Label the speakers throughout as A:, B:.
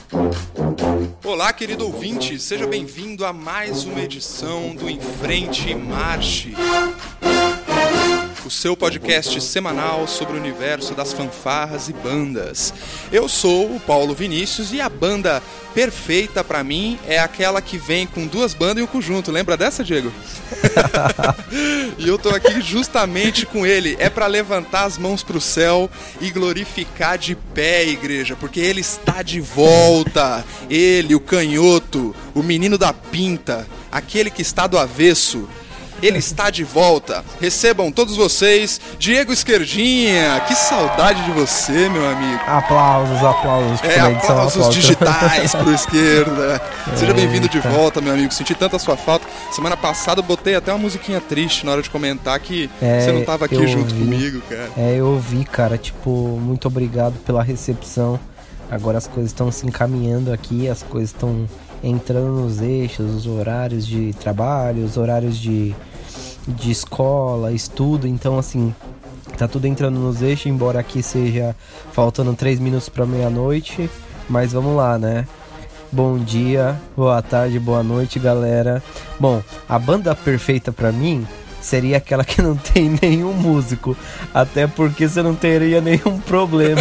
A: Olá, querido ouvinte, seja bem-vindo a mais uma edição do Em Frente Marche, o seu podcast semanal sobre o universo das fanfarras e bandas. Eu sou o Paulo Vinícius e a banda perfeita pra mim é aquela que vem com duas bandas e um conjunto. Lembra dessa, Diego? E eu tô aqui justamente com ele. É pra levantar as mãos pro céu e glorificar de pé, igreja, porque ele está de volta. Ele, o canhoto, o menino da pinta, aquele que está do avesso. Ele está de volta. Recebam todos vocês, Diego Esquerdinha. Que saudade de você, meu amigo.
B: Aplausos.
A: Aplausos digitais pro Esquerda. Seja bem-vindo de volta, meu amigo. Senti tanta sua falta. Semana passada eu botei até uma musiquinha triste na hora de comentar que você não tava aqui junto comigo, cara.
B: Eu ouvi, cara. Muito obrigado pela recepção. Agora as coisas estão se encaminhando aqui, as coisas estão entrando nos eixos, os horários de trabalho, os horários de escola, estudo, então assim, tá tudo entrando nos eixos, embora aqui seja faltando 3 minutos pra meia-noite, mas vamos lá, né? Bom dia, boa tarde, boa noite, galera. Bom, a banda perfeita pra mim seria aquela que não tem nenhum músico, até porque você não teria nenhum problema.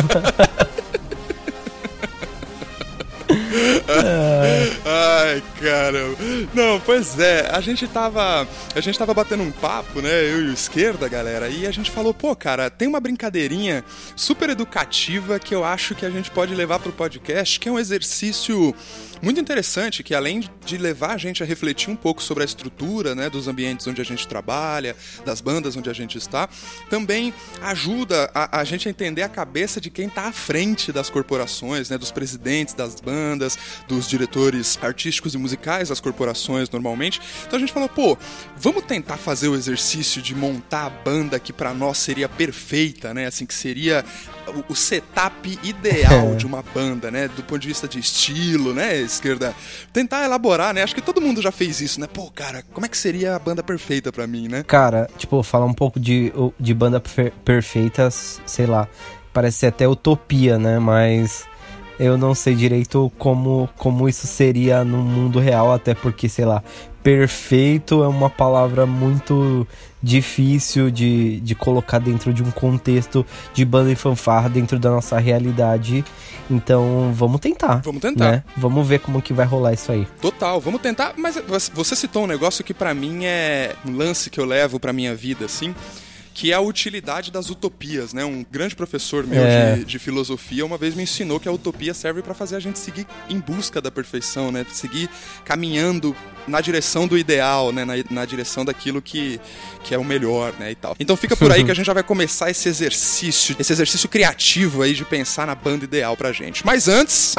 A: Ai, caramba. Não, pois é, a gente tava batendo um papo, né, eu e o Esquerda, galera, e a gente falou, pô, cara, tem uma brincadeirinha super educativa que eu acho que a gente pode levar pro podcast, que é um exercício muito interessante, que além de levar a gente a refletir um pouco sobre a estrutura, né, dos ambientes onde a gente trabalha, das bandas onde a gente está, também ajuda a gente a entender a cabeça de quem está à frente das corporações, né, dos presidentes das bandas, dos diretores artísticos e musicais das corporações normalmente. Então a gente falou, pô, vamos tentar fazer o exercício de montar a banda que para nós seria perfeita, né, assim, que seria o setup ideal de uma banda, né, do ponto de vista de estilo, né, Esquerda, tentar elaborar, né, acho que todo mundo já fez isso, né, pô, cara, como é que seria a banda perfeita pra mim, né?
B: Cara, falar um pouco de banda perfeita, sei lá, parece ser até utopia, né, mas eu não sei direito como isso seria no mundo real, até porque, sei lá, perfeito é uma palavra muito difícil de colocar dentro de um contexto de banda e fanfarra dentro da nossa realidade. Então, vamos tentar. Né? Vamos ver como que vai rolar isso aí.
A: Total, vamos tentar. Mas você citou um negócio que pra mim é um lance que eu levo pra minha vida, assim, que é a utilidade das utopias, né? Um grande professor meu de filosofia uma vez me ensinou que a utopia serve para fazer a gente seguir em busca da perfeição, né? Seguir caminhando na direção do ideal, né? Na direção daquilo que é o melhor, né? E tal. Então fica por aí que a gente já vai começar esse exercício criativo aí de pensar na banda ideal pra gente. Mas antes...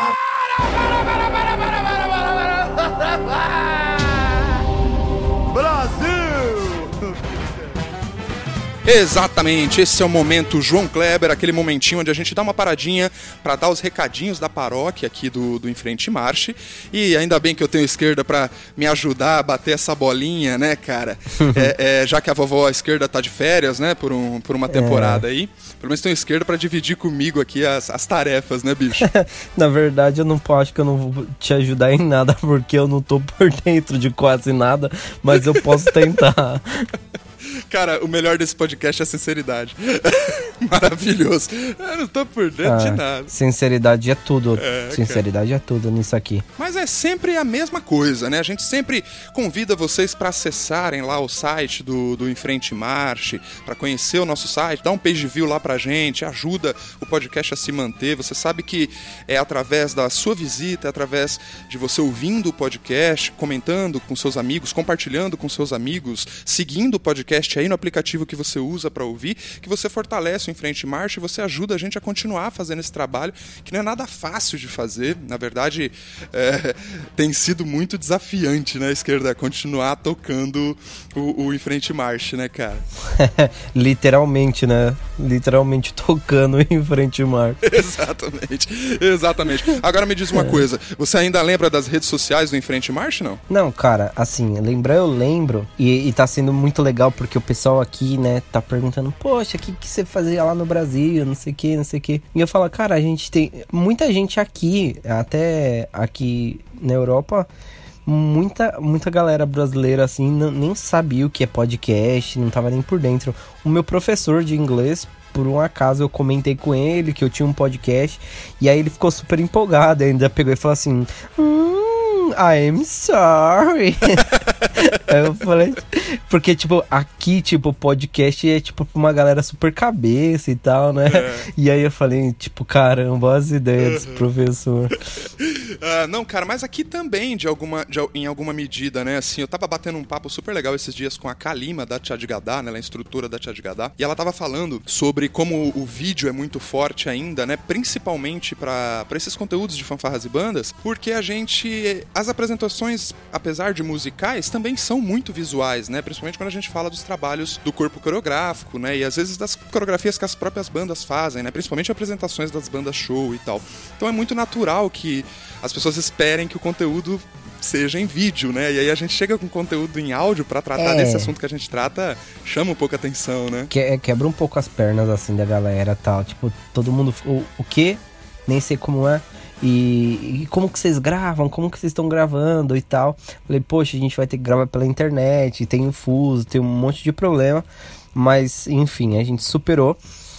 A: Exatamente, esse é o momento João Kleber, aquele momentinho onde a gente dá uma paradinha pra dar os recadinhos da paróquia aqui do Em Frente Marche. E ainda bem que eu tenho a Esquerda pra me ajudar a bater essa bolinha, né, cara? Já que a vovó Esquerda tá de férias, né, por uma temporada aí, pelo menos tenho a Esquerda pra dividir comigo aqui as tarefas, né, bicho?
B: Na verdade, acho que eu não vou te ajudar em nada, porque eu não tô por dentro de quase nada, mas eu posso tentar.
A: Cara, o melhor desse podcast é a sinceridade. Maravilhoso. Eu não tô por dentro de nada.
B: Sinceridade é tudo. Sinceridade é tudo nisso aqui.
A: Mas é sempre a mesma coisa, né? A gente sempre convida vocês para acessarem lá o site do Em Frente Marche, para conhecer o nosso site, dá um page view lá pra gente, ajuda o podcast a se manter. Você sabe que é através da sua visita, é através de você ouvindo o podcast, comentando com seus amigos, compartilhando com seus amigos, seguindo o podcast aí no aplicativo que você usa para ouvir, que você fortalece o Em Frente Marche e você ajuda a gente a continuar fazendo esse trabalho, que não é nada fácil de fazer. Na verdade, tem sido muito desafiante, né, Esquerda, continuar tocando o Em Frente Marche, né, cara?
B: Literalmente, né? Literalmente tocando Em Frente Marche.
A: Exatamente. Agora me diz uma coisa, você ainda lembra das redes sociais do Em Frente Marche, não?
B: Não, cara, assim, lembrar eu lembro, e tá sendo muito legal porque o pessoal aqui, né, tá perguntando, poxa, o que você fazia fazer lá no Brasil, não sei o que, não sei o que. E eu falo, cara, a gente tem muita gente aqui, até aqui na Europa, muita galera brasileira, assim, nem sabia o que é podcast, não tava nem por dentro. O meu professor de inglês, por um acaso, eu comentei com ele que eu tinha um podcast, e aí ele ficou super empolgado, ainda pegou e falou assim, I'm sorry. Aí eu falei, porque, tipo, aqui, tipo, podcast é, tipo, pra uma galera super cabeça e tal, né? E aí eu falei, tipo, caramba, as ideias desse professor.
A: Não, cara, mas aqui também, em alguma medida, né? Assim, eu tava batendo um papo super legal esses dias com a Kalima, da Tchadgadá, né? Ela é instrutora da Tchadgadá. E ela tava falando sobre como o vídeo é muito forte ainda, né? Principalmente pra esses conteúdos de fanfarras e bandas, porque as apresentações, apesar de musicais, também são muito visuais, né? Principalmente quando a gente fala dos trabalhos do corpo coreográfico, né? E às vezes das coreografias que as próprias bandas fazem, né? Principalmente apresentações das bandas show e tal. Então é muito natural que as pessoas esperem que o conteúdo seja em vídeo, né? E aí a gente chega com conteúdo em áudio pra tratar desse assunto que a gente trata, chama um pouco a atenção, né?
B: Quebra um pouco as pernas, assim, da galera e tal. Tipo, todo mundo... O quê? Nem sei como é. E como que vocês gravam? Como que vocês estão gravando e tal? Falei, poxa, a gente vai ter que gravar pela internet, tem o fuso, tem um monte de problema. Mas, enfim, a gente superou.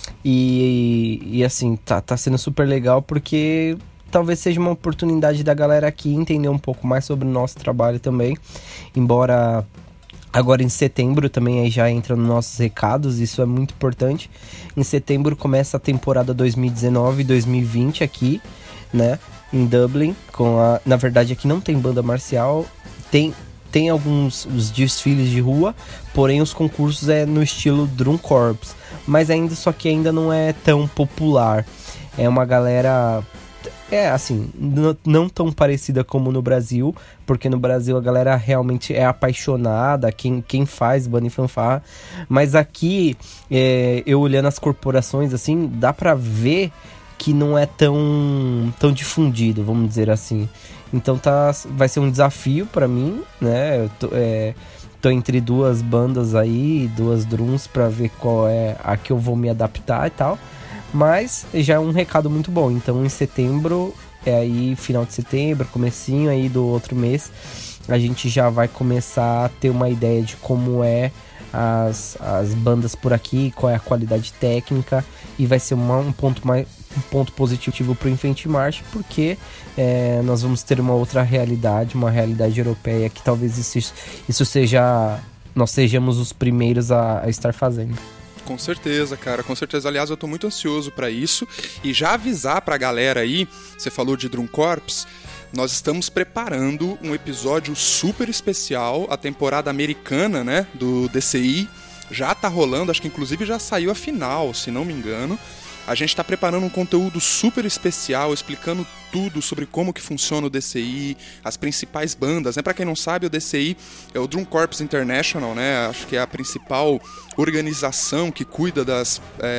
B: E assim, tá sendo super legal porque talvez seja uma oportunidade da galera aqui entender um pouco mais sobre o nosso trabalho também. Embora agora em setembro também aí já entra nos nossos recados, isso é muito importante. Em setembro começa a temporada 2019-2020 aqui, né, em Dublin, na verdade aqui não tem banda marcial, tem alguns os desfiles de rua, porém os concursos é no estilo Drum Corps, mas só que ainda não é tão popular, é uma galera, assim, não tão parecida como no Brasil, porque no Brasil a galera realmente é apaixonada, quem faz banda e fanfarra, mas aqui, eu olhando as corporações, assim, dá pra ver que não é tão difundido, vamos dizer assim. Então vai ser um desafio pra mim, né? Eu tô entre duas bandas aí, duas drums, pra ver qual é a que eu vou me adaptar e tal. Mas já é um recado muito bom. Então em setembro, aí final de setembro, comecinho aí do outro mês, a gente já vai começar a ter uma ideia de como as bandas por aqui, qual é a qualidade técnica, e vai ser um ponto positivo para o Infant March, porque nós vamos ter uma outra realidade, uma realidade europeia, que talvez isso seja, nós sejamos os primeiros a estar fazendo.
A: Com certeza, cara, com certeza. Aliás, eu tô muito ansioso pra isso. E já avisar pra galera aí, você falou de Drum Corps, nós estamos preparando um episódio super especial, a temporada americana, né, do DCI. Já tá rolando, acho que inclusive já saiu a final, se não me engano. A gente está preparando um conteúdo super especial, explicando tudo sobre como que funciona o DCI, as principais bandas, né? Para quem não sabe, o DCI é o Drum Corps International, né? Acho que é a principal organização que cuida das,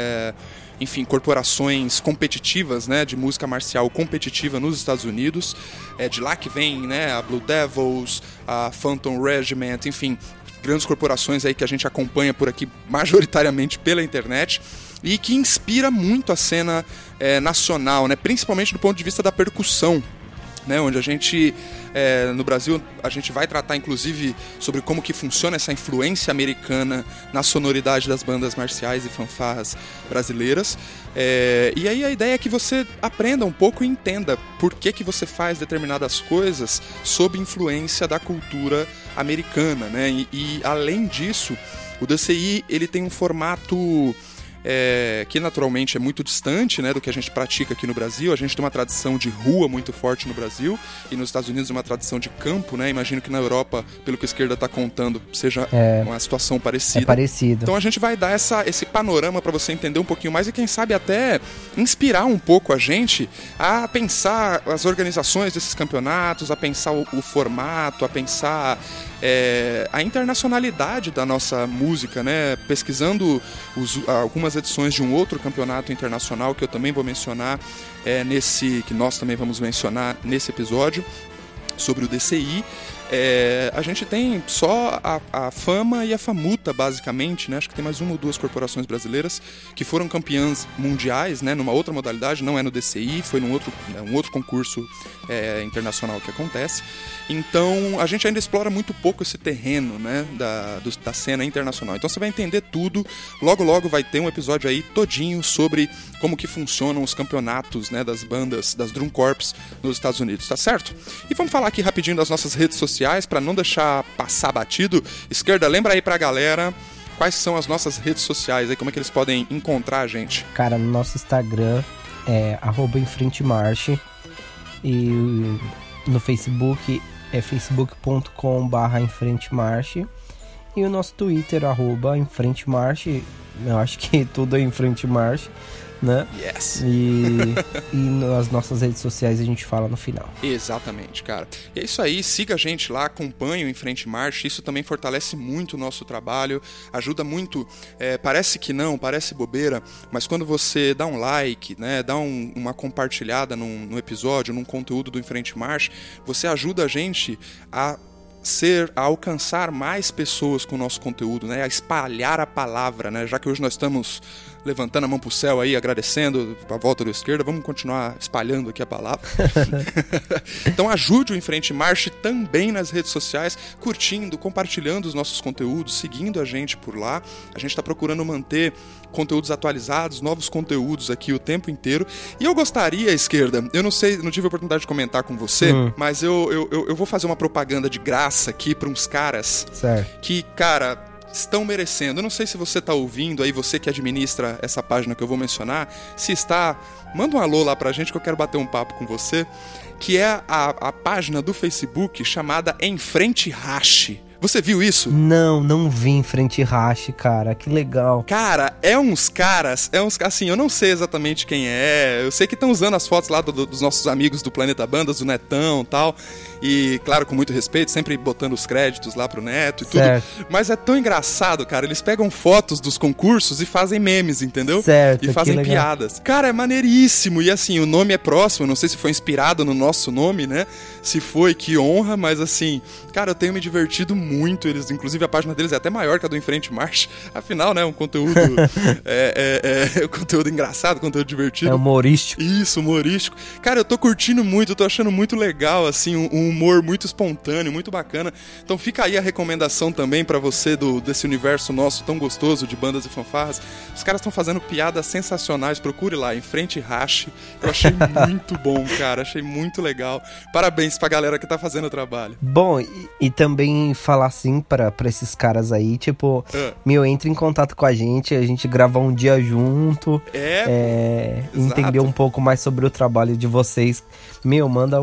A: corporações competitivas, né? De música marcial competitiva nos Estados Unidos. É de lá que vem, né? A Blue Devils, a Phantom Regiment, enfim, grandes corporações aí que a gente acompanha por aqui majoritariamente pela internet. E que inspira muito a cena nacional, né? Principalmente do ponto de vista da percussão, né? Onde a gente, no Brasil, a gente vai tratar inclusive sobre como que funciona essa influência americana na sonoridade das bandas marciais e fanfarras brasileiras. E aí a ideia é que você aprenda um pouco e entenda por que você faz determinadas coisas sob influência da cultura americana, né? E além disso, o DCI ele tem um formato que naturalmente é muito distante, né, do que a gente pratica aqui no Brasil. A gente tem uma tradição de rua muito forte no Brasil, e nos Estados Unidos uma tradição de campo, né? Imagino que na Europa, pelo que a esquerda está contando, seja uma situação parecida.
B: É parecido.
A: Então a gente vai dar esse panorama para você entender um pouquinho mais e quem sabe até inspirar um pouco a gente a pensar as organizações desses campeonatos, a pensar o formato, a pensar a internacionalidade da nossa música, né? Pesquisando algumas edições de um outro campeonato internacional que eu também vou mencionar que nós também vamos mencionar nesse episódio sobre o DCI. a gente tem só a Fama e a Famuta, basicamente, né? Acho que tem mais uma ou duas corporações brasileiras que foram campeãs mundiais, né? Numa outra modalidade, não é no DCI, foi um outro concurso internacional que acontece. Então, a gente ainda explora muito pouco esse terreno, né? Da cena internacional. Então, você vai entender tudo. Logo, logo vai ter um episódio aí todinho sobre como que funcionam os campeonatos, né? Das bandas, das Drum Corps nos Estados Unidos, tá certo? E vamos falar aqui rapidinho das nossas redes sociais, para não deixar passar batido. Esquerda, lembra aí pra galera quais são as nossas redes sociais aí, como é que eles podem encontrar a gente?
B: Cara, no nosso Instagram é @enfrentemarche e no Facebook é facebook.com/enfrentemarche e o nosso Twitter @enfrentemarche. Eu acho que tudo é enfrentemarche, né?
A: Yes.
B: E nas nossas redes sociais a gente fala no final.
A: Exatamente, cara. E é isso aí, siga a gente lá, acompanhe o Em Frente Marche, isso também fortalece muito o nosso trabalho, ajuda muito, parece que não, parece bobeira, mas quando você dá um like, né, dá uma compartilhada num episódio, num conteúdo do Em Frente Marche, você ajuda a gente a alcançar mais pessoas com o nosso conteúdo, né? A espalhar a palavra, né? Já que hoje nós estamos levantando a mão pro céu aí, agradecendo a volta do esquerda, vamos continuar espalhando aqui a palavra. Então ajude o Em Frente Marche também nas redes sociais, curtindo, compartilhando os nossos conteúdos, seguindo a gente por lá. A gente está procurando manter conteúdos atualizados, novos conteúdos aqui o tempo inteiro. E eu gostaria, esquerda, eu não sei, não tive a oportunidade de comentar com você, mas eu vou fazer uma propaganda de graça aqui para uns caras que, cara, estão merecendo. Eu não sei se você está ouvindo aí, você que administra essa página que eu vou mencionar, se está, manda um alô lá pra gente que eu quero bater um papo com você, que é a página do Facebook chamada Em Frente Rache. Você viu isso?
B: Não vi Em Frente Rache, cara, que legal.
A: Cara, uns caras, assim, eu não sei exatamente quem eu sei que estão usando as fotos lá dos nossos amigos do Planeta Bandas, do Netão e tal, e claro, com muito respeito, sempre botando os créditos lá pro Neto e tudo, mas é tão engraçado, cara, eles pegam fotos dos concursos e fazem memes, entendeu?
B: Certo,
A: e fazem piadas. Cara, é maneiríssimo, e assim, o nome é próximo, não sei se foi inspirado no nosso nome, né, se foi, que honra, mas assim, cara, eu tenho me divertido muito, eles, inclusive a página deles é até maior que a do Em Frente Marche, afinal, né, um conteúdo conteúdo engraçado, conteúdo divertido.
B: É humorístico.
A: Isso, humorístico. Cara, eu tô curtindo muito, eu tô achando muito legal, assim, um humor muito espontâneo, muito bacana. Então fica aí a recomendação também pra você desse universo nosso tão gostoso de bandas e fanfarras. Os caras estão fazendo piadas sensacionais, procure lá, Em Frente Rache. Eu achei muito bom, cara, achei muito legal. Parabéns pra galera que tá fazendo o trabalho.
B: Bom, e também falar assim pra esses caras aí, tipo, entre em contato com a gente gravar um dia junto, entender um pouco mais sobre o trabalho de vocês. Manda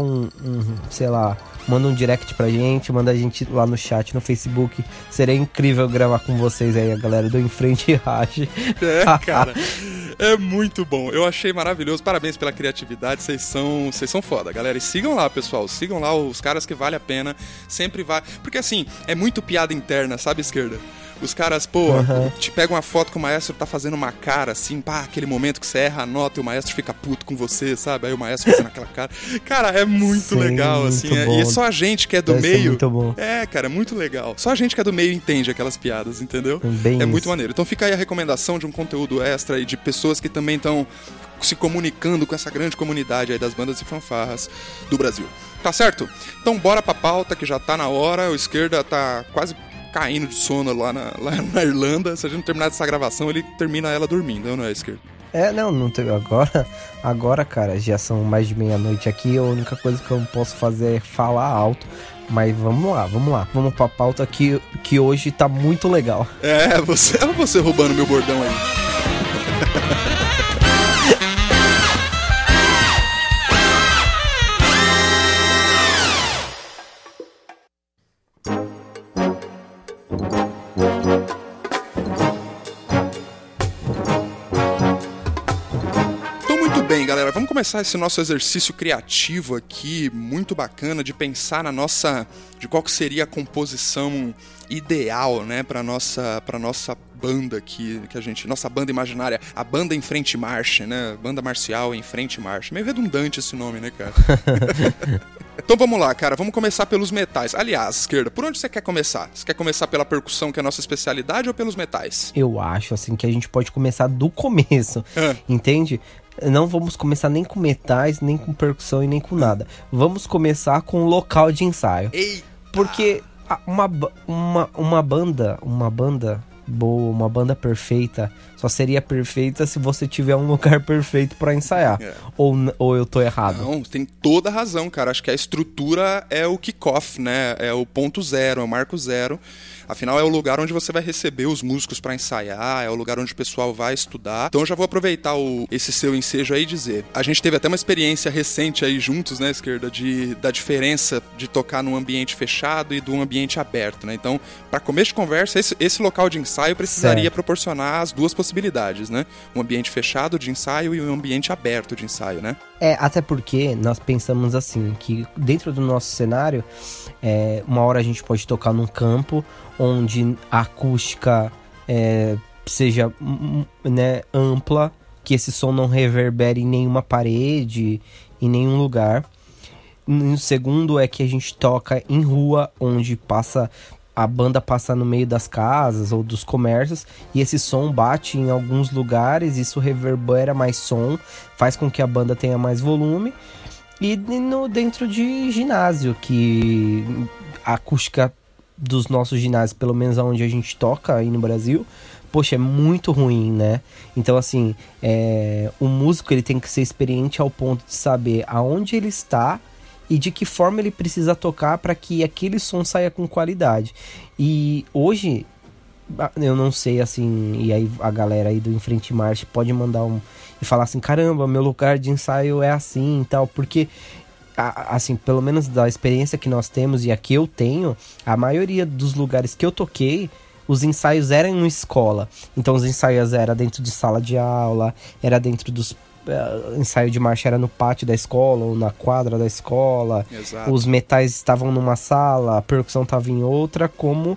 B: manda um direct pra gente, manda a gente lá no chat, no Facebook. Seria incrível gravar com vocês aí, a galera do Em Frente Rache.
A: Cara, é muito bom. Eu achei maravilhoso. Parabéns pela criatividade. Vocês são foda, galera. E sigam lá, pessoal. Sigam lá os caras que vale a pena. Sempre vai. Porque assim, é muito piada interna, sabe, esquerda? Os caras, te pegam uma foto que o maestro tá fazendo uma cara, assim, aquele momento que você erra a nota e o maestro fica puto com você, sabe? Aí o maestro fazendo aquela cara. Cara, é muito legal, assim. E é só a gente que é do meio.
B: Muito bom.
A: Cara, é muito legal. Só a gente que é do meio entende aquelas piadas, entendeu? Muito maneiro. Então fica aí a recomendação de um conteúdo extra e de pessoas que também estão se comunicando com essa grande comunidade aí das bandas e fanfarras do Brasil. Tá certo? Então bora pra pauta que já tá na hora. O esquerda tá quase caindo de sono lá na Irlanda. Se a gente não terminar essa gravação, ele termina ela dormindo, não é, esquerda?
B: Não tem. Agora, cara, já são mais de meia-noite aqui. A única coisa que eu não posso fazer é falar alto. Mas vamos lá. Vamos pra pauta que hoje tá muito legal.
A: Você roubando meu bordão aí. Galera, vamos começar esse nosso exercício criativo aqui, muito bacana, de pensar de qual que seria a composição ideal, né, para nossa banda aqui, nossa banda imaginária, a banda Em Frente Marche, né, banda marcial Em Frente Marche. Meio redundante esse nome, né, cara? Então vamos lá, cara, vamos começar pelos metais. Aliás, Esquerda, por onde você quer começar? Você quer começar pela percussão, que é a nossa especialidade, ou pelos metais?
B: Eu acho, assim, que a gente pode começar do começo, entende? Não vamos começar nem com metais, nem com percussão e nem com nada. Vamos começar com o local de ensaio.
A: Eita.
B: Porque uma banda boa, uma banda perfeita, só seria perfeita se você tiver um lugar perfeito pra ensaiar. Ou eu tô errado?
A: Não, tem toda a razão, cara. Acho que a estrutura é o kickoff, né? É o ponto zero, é o marco zero. Afinal, é o lugar onde você vai receber os músicos pra ensaiar, é o lugar onde o pessoal vai estudar. Então eu já vou aproveitar esse seu ensejo aí e dizer. A gente teve até uma experiência recente aí juntos, né, Esquerda, da diferença de tocar num ambiente fechado e de um ambiente aberto, né? Então, para começo de conversa, esse local de ensaio precisaria proporcionar as duas possibilidades, né? Um ambiente fechado de ensaio e um ambiente aberto de ensaio, né?
B: Até porque nós pensamos assim, que dentro do nosso cenário, uma hora a gente pode tocar num campo onde a acústica seja, né, ampla, que esse som não reverbere em nenhuma parede, em nenhum lugar. O segundo é que a gente toca em rua, onde a banda passa no meio das casas ou dos comércios, e esse som bate em alguns lugares, isso reverbera mais som, faz com que a banda tenha mais volume. E dentro de ginásio, que a acústica dos nossos ginásios, pelo menos onde a gente toca aí no Brasil, poxa, é muito ruim, né? Então, assim, o músico ele tem que ser experiente ao ponto de saber aonde ele está e de que forma ele precisa tocar para que aquele som saia com qualidade. E hoje, eu não sei, assim, e aí a galera aí do Em Frente Marcha pode mandar e falar assim, caramba, meu lugar de ensaio é assim e tal, porque assim, pelo menos da experiência que nós temos e a que eu tenho, a maioria dos lugares que eu toquei, os ensaios eram em escola. Então os ensaios eram dentro de sala de aula, era dentro dos ensaio de marcha era no pátio da escola ou na quadra da escola.
A: Exato.
B: Os metais estavam numa sala, a percussão estava em outra, como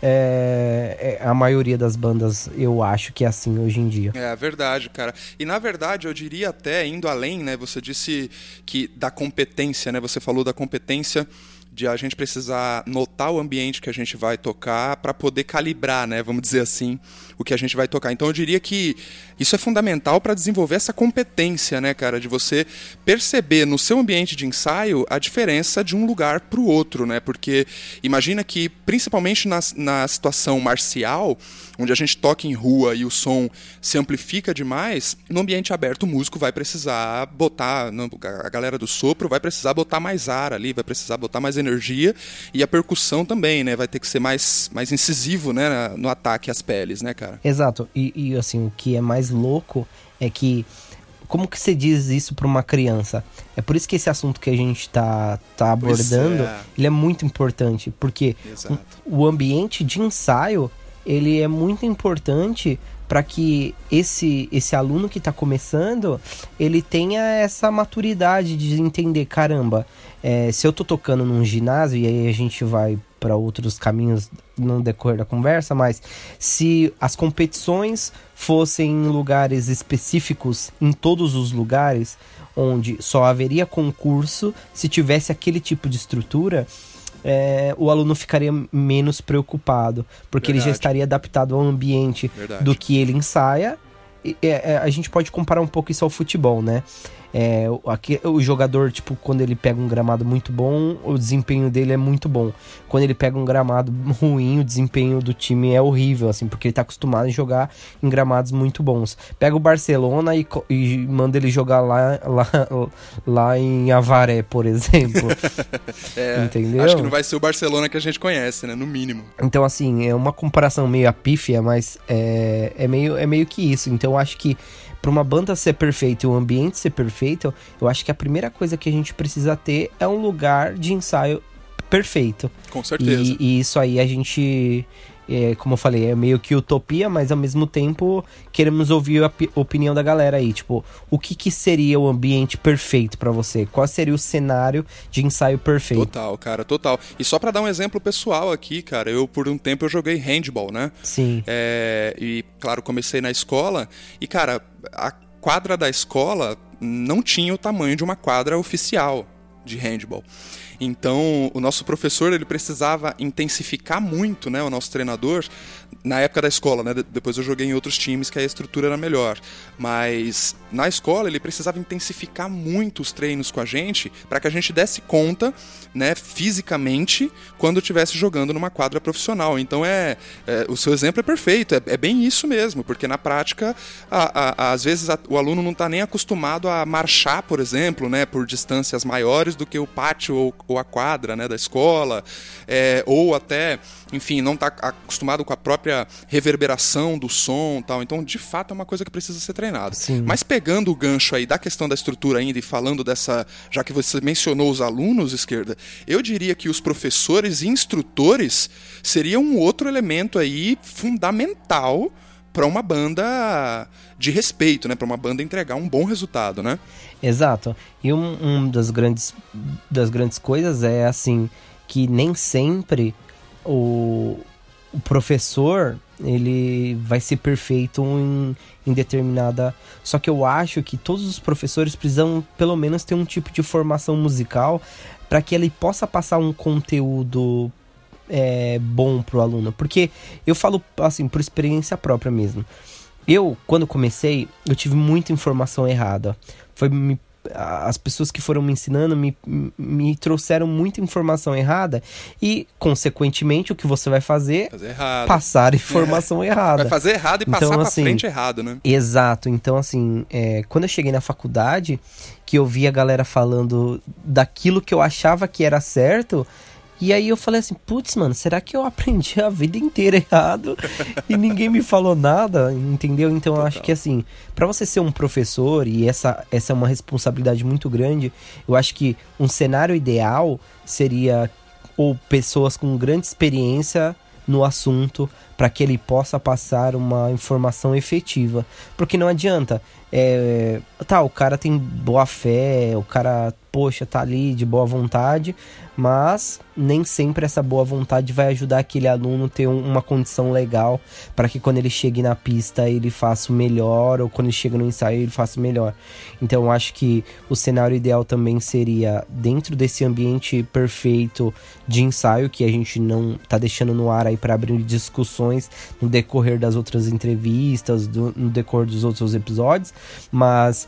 B: a maioria das bandas, eu acho que é assim hoje em dia.
A: É verdade, cara. E na verdade eu diria até, indo além, né, você disse que da competência, né, você falou da competência de a gente precisar notar o ambiente que a gente vai tocar para poder calibrar, né, vamos dizer assim, o que a gente vai tocar. Então eu diria que isso é fundamental para desenvolver essa competência, né, cara, de você perceber no seu ambiente de ensaio a diferença de um lugar para o outro, né, porque imagina que, principalmente na situação marcial, onde a gente toca em rua e o som se amplifica demais, no ambiente aberto o músico vai precisar botar, a galera do sopro vai precisar botar mais ar ali, vai precisar botar mais energia, e a percussão também, né, vai ter que ser mais incisivo, né, no ataque às peles, né, cara?
B: Exato, e assim, o que é mais louco é que, como que você diz isso para uma criança? É por isso que esse assunto que a gente tá abordando, ele é muito importante, porque o ambiente de ensaio, ele é muito importante para que esse aluno que está começando, ele tenha essa maturidade de entender, caramba, se eu tô tocando num ginásio, e aí a gente vai para outros caminhos no decorrer da conversa, mas se as competições fossem em lugares específicos, em todos os lugares, onde só haveria concurso, se tivesse aquele tipo de estrutura, o aluno ficaria menos preocupado, porque ele já estaria adaptado ao ambiente do que ele ensaia. A gente pode comparar um pouco isso ao futebol, né? O jogador, tipo, quando ele pega um gramado muito bom, o desempenho dele é muito bom. Quando ele pega um gramado ruim, o desempenho do time é horrível, assim, porque ele tá acostumado a jogar em gramados muito bons. Pega o Barcelona e manda ele jogar lá em Avaré, por exemplo. Entendeu?
A: Acho que não vai ser o Barcelona que a gente conhece, né? No mínimo.
B: Então, assim, é uma comparação meio apífia, mas é meio que isso. Então, eu acho que para uma banda ser perfeita e o ambiente ser perfeito, eu acho que a primeira coisa que a gente precisa ter é um lugar de ensaio perfeito.
A: Com certeza.
B: E isso aí a gente, como eu falei, é meio que utopia, mas ao mesmo tempo queremos ouvir a opinião da galera aí. Tipo, o que seria o ambiente perfeito para você? Qual seria o cenário de ensaio perfeito?
A: Total, cara, total. E só para dar um exemplo pessoal aqui, cara, por um tempo eu joguei handball, né?
B: Sim.
A: E, claro, comecei na escola e, cara, a quadra da escola não tinha o tamanho de uma quadra oficial. de handball. Então, o nosso professor, ele precisava intensificar muito, né, o nosso treinador, na época da escola, né, depois eu joguei em outros times que a estrutura era melhor, mas na escola ele precisava intensificar muito os treinos com a gente, para que a gente desse conta, né, fisicamente, quando estivesse jogando numa quadra profissional. Então, o seu exemplo é perfeito, é bem isso mesmo, porque na prática, às vezes o aluno não está nem acostumado a marchar, por exemplo, né, por distâncias maiores do que o pátio ou a quadra, né, da escola, ou até, enfim, não está acostumado com a própria reverberação do som e tal. Então, de fato, é uma coisa que precisa ser treinada.
B: Sim.
A: Mas pegando o gancho aí da questão da estrutura ainda e falando dessa, já que você mencionou os alunos, Esquerda, eu diria que os professores e instrutores seriam um outro elemento aí fundamental para uma banda de respeito, né? Para uma banda entregar um bom resultado, né?
B: Exato. E um das grandes coisas é assim, que nem sempre o professor ele vai ser perfeito em determinada... Só que eu acho que todos os professores precisam pelo menos ter um tipo de formação musical para que ele possa passar um conteúdo bom pro aluno. Porque eu falo assim, por experiência própria mesmo. Eu, quando comecei, eu tive muita informação errada. As pessoas que foram me ensinando me trouxeram muita informação errada e, consequentemente, o que você vai fazer? Passar informação errada.
A: Vai fazer errado e passar pra frente errado, né?
B: Exato. Então, assim, quando eu cheguei na faculdade, que eu vi a galera falando daquilo que eu achava que era certo... E aí eu falei assim, putz, mano, será que eu aprendi a vida inteira errado e ninguém me falou nada, entendeu? Então eu acho que assim, pra você ser um professor, e essa é uma responsabilidade muito grande, eu acho que um cenário ideal seria ou pessoas com grande experiência no assunto, para que ele possa passar uma informação efetiva. Porque não adianta, o cara tem boa fé, o cara, poxa, tá ali de boa vontade, mas nem sempre essa boa vontade vai ajudar aquele aluno a ter uma condição legal para que quando ele chegue na pista ele faça o melhor, ou quando ele chega no ensaio ele faça o melhor. Então eu acho que o cenário ideal também seria dentro desse ambiente perfeito de ensaio, que a gente não tá deixando no ar aí para abrir discussões no decorrer das outras entrevistas, no decorrer dos outros episódios, mas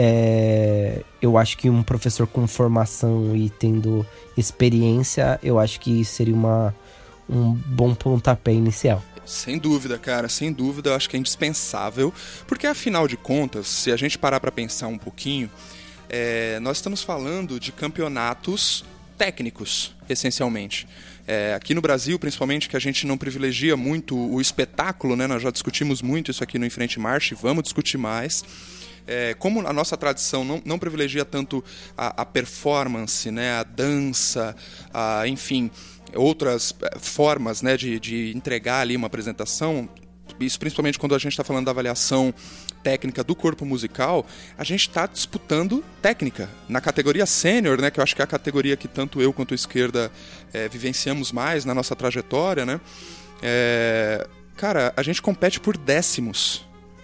B: eu acho que um professor com formação e tendo experiência, eu acho que seria um bom pontapé inicial.
A: Sem dúvida, cara, sem dúvida, eu acho que é indispensável, porque afinal de contas, se a gente parar para pensar um pouquinho, nós estamos falando de campeonatos técnicos, essencialmente. Aqui no Brasil, principalmente, que a gente não privilegia muito o espetáculo, né? Nós já discutimos muito isso aqui no Em Frente Marcha e vamos discutir mais. Como a nossa tradição não privilegia tanto a performance, né, a dança, enfim, outras formas, né, de entregar ali uma apresentação, isso principalmente quando a gente está falando da avaliação técnica do corpo musical, a gente está disputando técnica. Na categoria sênior, né, que eu acho que é a categoria que tanto eu quanto a Esquerda vivenciamos mais na nossa trajetória, né, cara, a gente compete por décimos.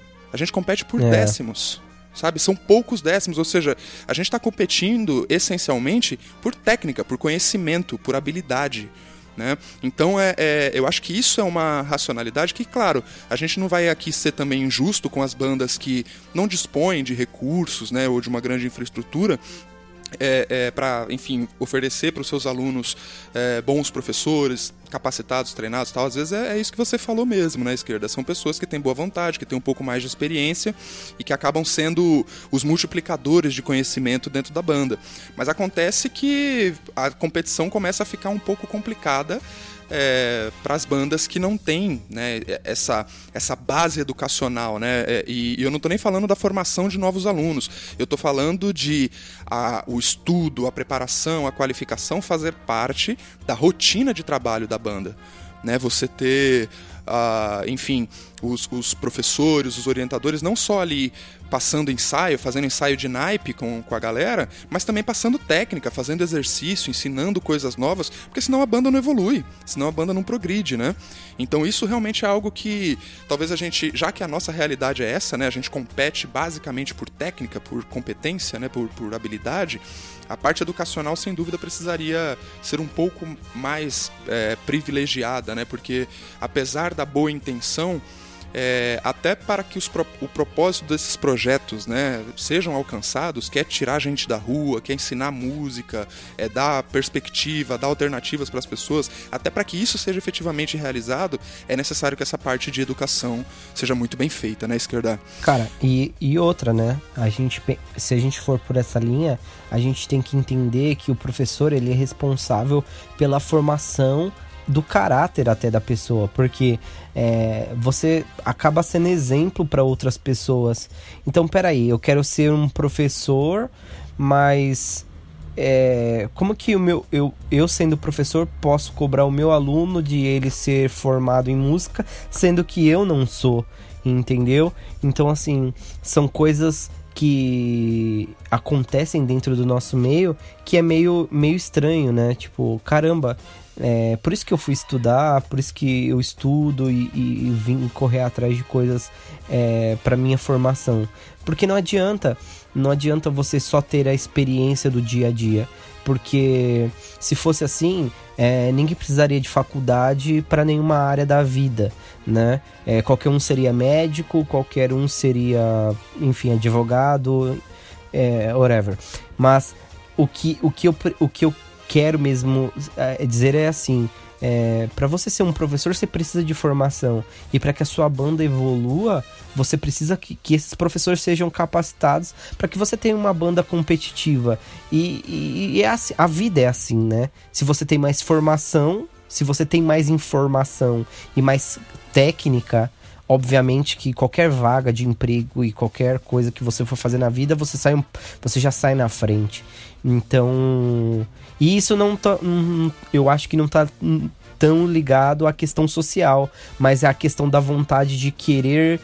A: Décimos. Sabe? São poucos décimos, ou seja, a gente está competindo essencialmente por técnica, por conhecimento, por habilidade, né? Então eu acho que isso é uma racionalidade que, claro, a gente não vai aqui ser também injusto com as bandas que não dispõem de recursos, né, ou de uma grande infraestrutura, para, enfim, oferecer para os seus alunos bons professores, capacitados, treinados e tal. Às vezes é isso que você falou mesmo, né, Esquerda? São pessoas que têm boa vontade, que têm um pouco mais de experiência e que acabam sendo os multiplicadores de conhecimento dentro da banda. Mas acontece que a competição começa a ficar um pouco complicada para as bandas que não têm, né, essa base educacional, né, e eu não estou nem falando da formação de novos alunos, eu estou falando de o estudo, a preparação, a qualificação fazer parte da rotina de trabalho da banda, né, você ter enfim, os professores, os orientadores, não só ali passando ensaio, fazendo ensaio de naipe com a galera, mas também passando técnica, fazendo exercício, ensinando coisas novas, porque senão a banda não evolui, senão a banda não progride, né? Então isso realmente é algo que talvez a gente, já que a nossa realidade é essa, né, a gente compete basicamente por técnica, por competência, né, por habilidade, a parte educacional sem dúvida precisaria ser um pouco mais privilegiada, né, porque apesar da boa intenção, até para que o propósito desses projetos, né, sejam alcançados, quer tirar a gente da rua, quer ensinar música, dar perspectiva, dar alternativas para as pessoas, até para que isso seja efetivamente realizado, é necessário que essa parte de educação seja muito bem feita, né, Esquerda?
B: Cara, e outra, né, se a gente for por essa linha, a gente tem que entender que o professor, ele é responsável pela formação do caráter até da pessoa, porque você acaba sendo exemplo para outras pessoas. Então, peraí, eu quero ser um professor, mas como que eu sendo professor posso cobrar o meu aluno de ele ser formado em música, sendo que eu não sou, entendeu? Então, assim, são coisas que acontecem dentro do nosso meio que é meio estranho, né? Tipo, caramba, por isso que eu fui estudar, por isso que eu estudo e vim correr atrás de coisas para minha formação. Porque não adianta você só ter a experiência do dia a dia. Porque se fosse assim, ninguém precisaria de faculdade para nenhuma área da vida, né? Qualquer um seria médico, qualquer um seria, enfim, advogado, whatever. Mas o que eu quero mesmo dizer é assim, para você ser um professor, você precisa de formação, e para que a sua banda evolua, você precisa que esses professores sejam capacitados para que você tenha uma banda competitiva, e é assim, a vida é assim, né? Se você tem mais formação, se você tem mais informação e mais técnica, obviamente que qualquer vaga de emprego e qualquer coisa que você for fazer na vida, você já sai na frente. Então, e isso eu acho que não tá tão ligado à questão social, mas é a questão da vontade de querer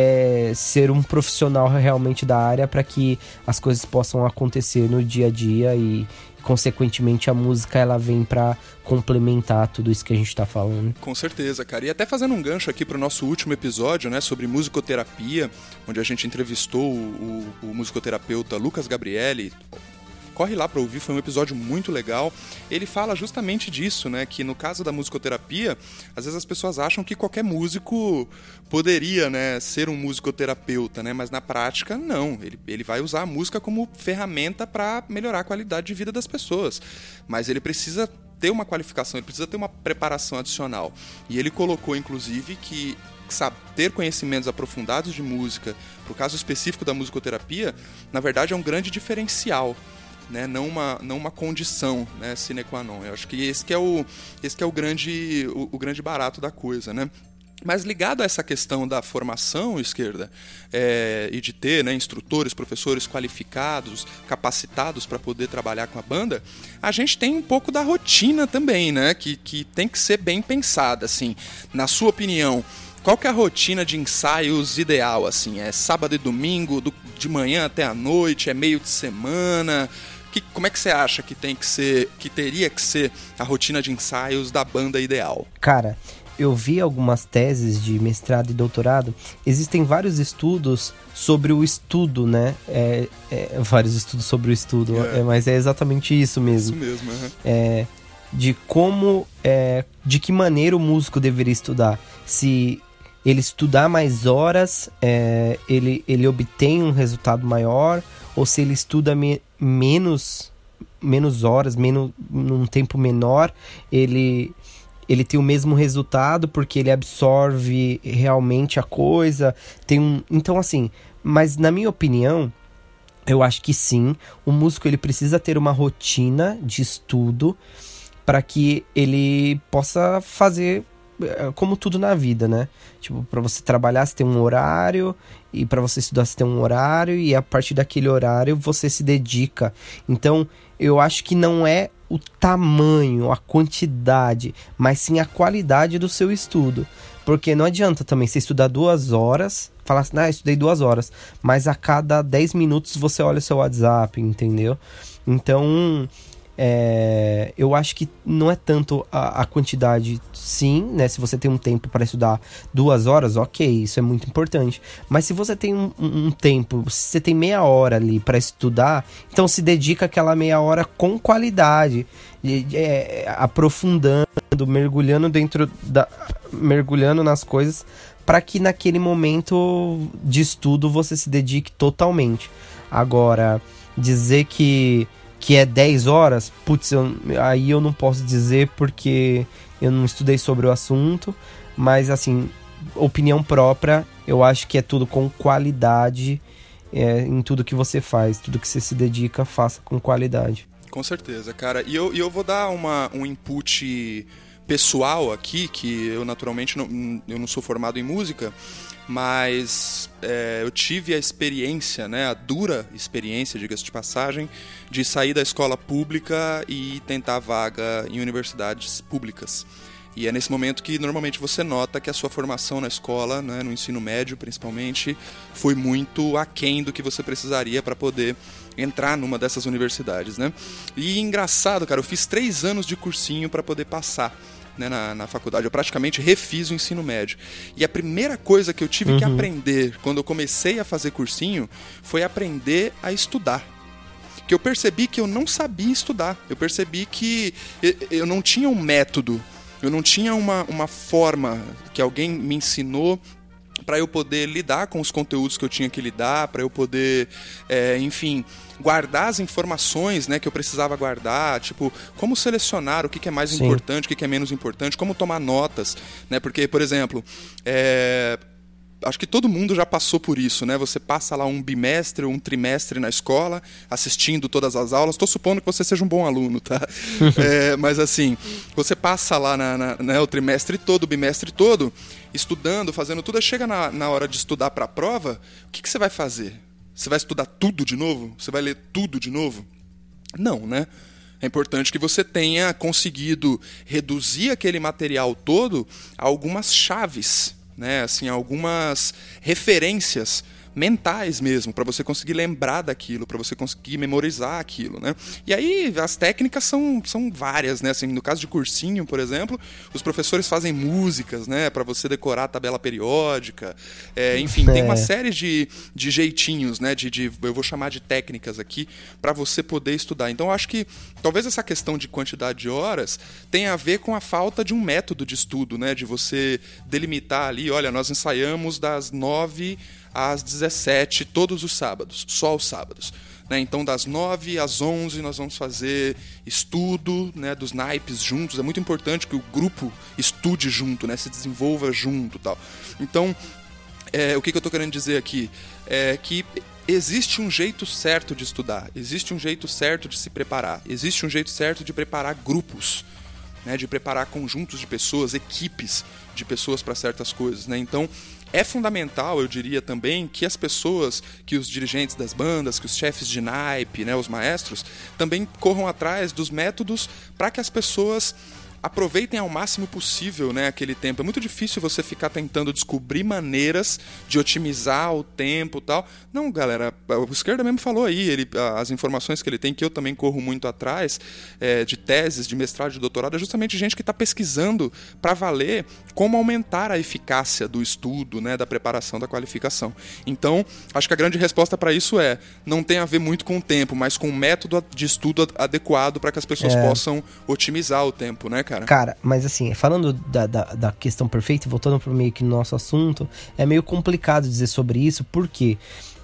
B: ser um profissional realmente da área para que as coisas possam acontecer no dia a dia e, consequentemente, a música ela vem para complementar tudo isso que a gente tá falando.
A: Com certeza, cara. E até fazendo um gancho aqui pro nosso último episódio, né, sobre musicoterapia, onde a gente entrevistou o musicoterapeuta Lucas Gabrielli. Corre lá para ouvir, foi um episódio muito legal. Ele fala justamente disso, né? Que no caso da musicoterapia, às vezes as pessoas acham que qualquer músico poderia, né, ser um musicoterapeuta, né? Mas na prática, não. Ele vai usar a música como ferramenta para melhorar a qualidade de vida das pessoas. Mas ele precisa ter uma qualificação, ele precisa ter uma preparação adicional. E ele colocou, inclusive, que ter conhecimentos aprofundados de música, para o caso específico da musicoterapia, na verdade é um grande diferencial, né? Não uma condição, né, sine qua non. Eu acho que esse que é o grande barato da coisa, né? Mas ligado a essa questão da formação, Esquerda, e de ter, né, instrutores, professores qualificados, capacitados para poder trabalhar com a banda, a gente tem um pouco da rotina também, né, que tem que ser bem pensada, assim. Na sua opinião, qual que é a rotina de ensaios ideal, assim? É sábado e domingo, de manhã até a noite, é meio de semana? Como é que você acha que teria que ser a rotina de ensaios da banda ideal?
B: Cara, eu vi algumas teses de mestrado e doutorado. Existem vários estudos sobre o estudo, né? Vários estudos sobre o estudo, mas é exatamente isso mesmo.
A: Isso mesmo, uhum.
B: De como, de que maneira o músico deveria estudar. Se ele estudar mais horas, ele obtém um resultado maior, ou se ele estuda menos horas, num tempo menor, ele tem o mesmo resultado porque ele absorve realmente a coisa. Então, assim, mas na minha opinião, eu acho que sim, o músico ele precisa ter uma rotina de estudo para que ele possa fazer como tudo na vida, né? Tipo, para você trabalhar você tem um horário, e para você estudar você tem um horário, e a partir daquele horário você se dedica. Então, eu acho que não é o tamanho, a quantidade, mas sim a qualidade do seu estudo. Porque não adianta também você estudar 2 horas, falar assim, estudei 2 horas, mas a cada 10 minutos você olha o seu WhatsApp, entendeu? Então, eu acho que não é tanto a quantidade, sim, né? Se você tem um tempo para estudar 2 horas, ok, isso é muito importante. Mas se você tem um tempo, se você tem meia hora ali para estudar, então se dedica aquela meia hora com qualidade, aprofundando, mergulhando nas coisas, para que naquele momento de estudo você se dedique totalmente. Agora, dizer que é 10 horas, putz, aí eu não posso dizer porque eu não estudei sobre o assunto, mas assim, opinião própria, eu acho que é tudo com qualidade, em tudo que você faz, tudo que você se dedica, faça com qualidade.
A: Com certeza, cara. E eu vou dar um input pessoal aqui, que eu naturalmente eu não sou formado em música, mas eu tive a experiência, né, a dura experiência, diga-se de passagem, de sair da escola pública e tentar vaga em universidades públicas. E é nesse momento que normalmente você nota que a sua formação na escola, né, no ensino médio principalmente, foi muito aquém do que você precisaria para poder entrar numa dessas universidades, né? E engraçado, cara, eu fiz 3 anos de cursinho para poder passar, né, na faculdade. Eu praticamente refiz o ensino médio. E a primeira coisa que eu tive que aprender quando eu comecei a fazer cursinho foi aprender a estudar. Que eu percebi que eu não sabia estudar. Eu percebi que eu não tinha um método, eu não tinha uma forma que alguém me ensinou para eu poder lidar com os conteúdos que eu tinha que lidar, para eu poder, enfim, guardar as informações, né, que eu precisava guardar, tipo, como selecionar o que é mais importante, o que é menos importante, como tomar notas, né, porque, por exemplo, acho que todo mundo já passou por isso, né? Você passa lá um bimestre ou um trimestre na escola, assistindo todas as aulas. Estou supondo que você seja um bom aluno, tá? Mas assim, você passa lá o trimestre todo, o bimestre todo, estudando, fazendo tudo. Aí chega na hora de estudar para a prova, o que você vai fazer? Você vai estudar tudo de novo? Você vai ler tudo de novo? Não, né? É importante que você tenha conseguido reduzir aquele material todo a algumas chaves, né, assim, algumas referências mentais mesmo, para você conseguir lembrar daquilo, para você conseguir memorizar aquilo, né? E aí as técnicas são várias, né? Assim, no caso de cursinho, por exemplo, os professores fazem músicas, né, para você decorar a tabela periódica, enfim, tem uma série de jeitinhos, né, eu vou chamar de técnicas aqui, para você poder estudar. Então eu acho que talvez essa questão de quantidade de horas tenha a ver com a falta de um método de estudo, né, de você delimitar ali, olha, nós ensaiamos das 9 às 17 todos os sábados, só os sábados, né? Então das 9 às 11 nós vamos fazer estudo, né, dos naipes juntos. É muito importante que o grupo estude junto, né, se desenvolva junto, tal. Então o que eu estou querendo dizer aqui é que existe um jeito certo de estudar, existe um jeito certo de se preparar, existe um jeito certo de preparar grupos, né, de preparar conjuntos de pessoas, equipes de pessoas para certas coisas, né? Então é fundamental, eu diria também, que as pessoas, que os dirigentes das bandas, que os chefes de naipe, né, os maestros, também corram atrás dos métodos para que as pessoas aproveitem ao máximo possível, né, aquele tempo. É muito difícil você ficar tentando descobrir maneiras de otimizar o tempo e tal. Não, galera, o Esquerda mesmo falou aí, as informações que ele tem, que eu também corro muito atrás, de teses, de mestrado, de doutorado, é justamente gente que está pesquisando para valer como aumentar a eficácia do estudo, né, da preparação, da qualificação. Então, acho que a grande resposta para isso não tem a ver muito com o tempo, mas com o método de estudo adequado para que as pessoas possam otimizar o tempo, né, cara?
B: Cara, mas assim, falando da questão perfeita, voltando para meio que no nosso assunto, é meio complicado dizer sobre isso, porque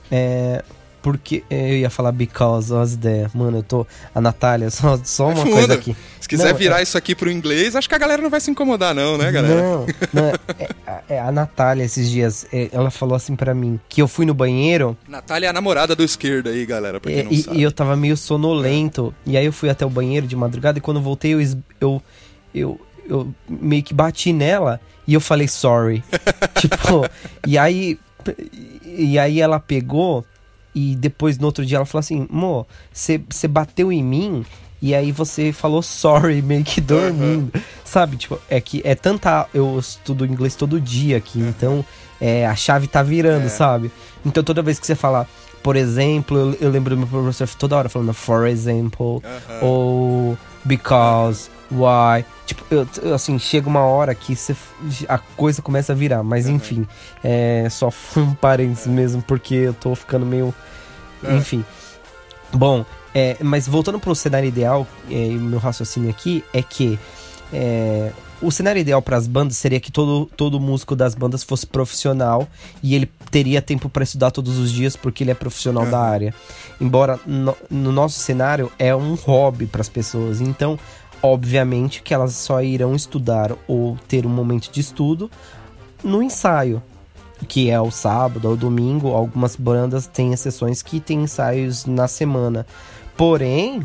B: eu ia falar because of the... Mano, a Natália, só uma coisa aqui.
A: Se quiser virar isso aqui pro inglês, acho que a galera não vai se incomodar não, né, galera?
B: Não, a Natália, esses dias, ela falou assim pra mim, que eu fui no banheiro...
A: Natália é a namorada do Esquerda aí, galera, pra quem não sabe.
B: E eu tava meio sonolento, e aí eu fui até o banheiro de madrugada, e quando eu voltei, eu meio que bati nela, e eu falei sorry. Tipo, e aí ela pegou... E depois, no outro dia, ela falou assim, você bateu em mim e aí você falou sorry, meio que dormindo, sabe? Tipo, é que é tanta... Eu estudo inglês todo dia aqui, então a chave tá virando, sabe? Então toda vez que você fala, por exemplo, eu lembro do meu professor toda hora falando for example, ou because, why... Tipo, assim, chega uma hora que a coisa começa a virar, mas enfim, só um parênteses mesmo, porque eu tô ficando meio... Enfim. Bom, mas voltando pro cenário ideal, meu raciocínio aqui é que o cenário ideal para as bandas seria que todo músico das bandas fosse profissional e ele teria tempo para estudar todos os dias porque ele é profissional da área. Embora no nosso cenário é um hobby para as pessoas, então obviamente que elas só irão estudar ou ter um momento de estudo no ensaio, que é o sábado ou domingo. Algumas bandas têm exceções que têm ensaios na semana. Porém,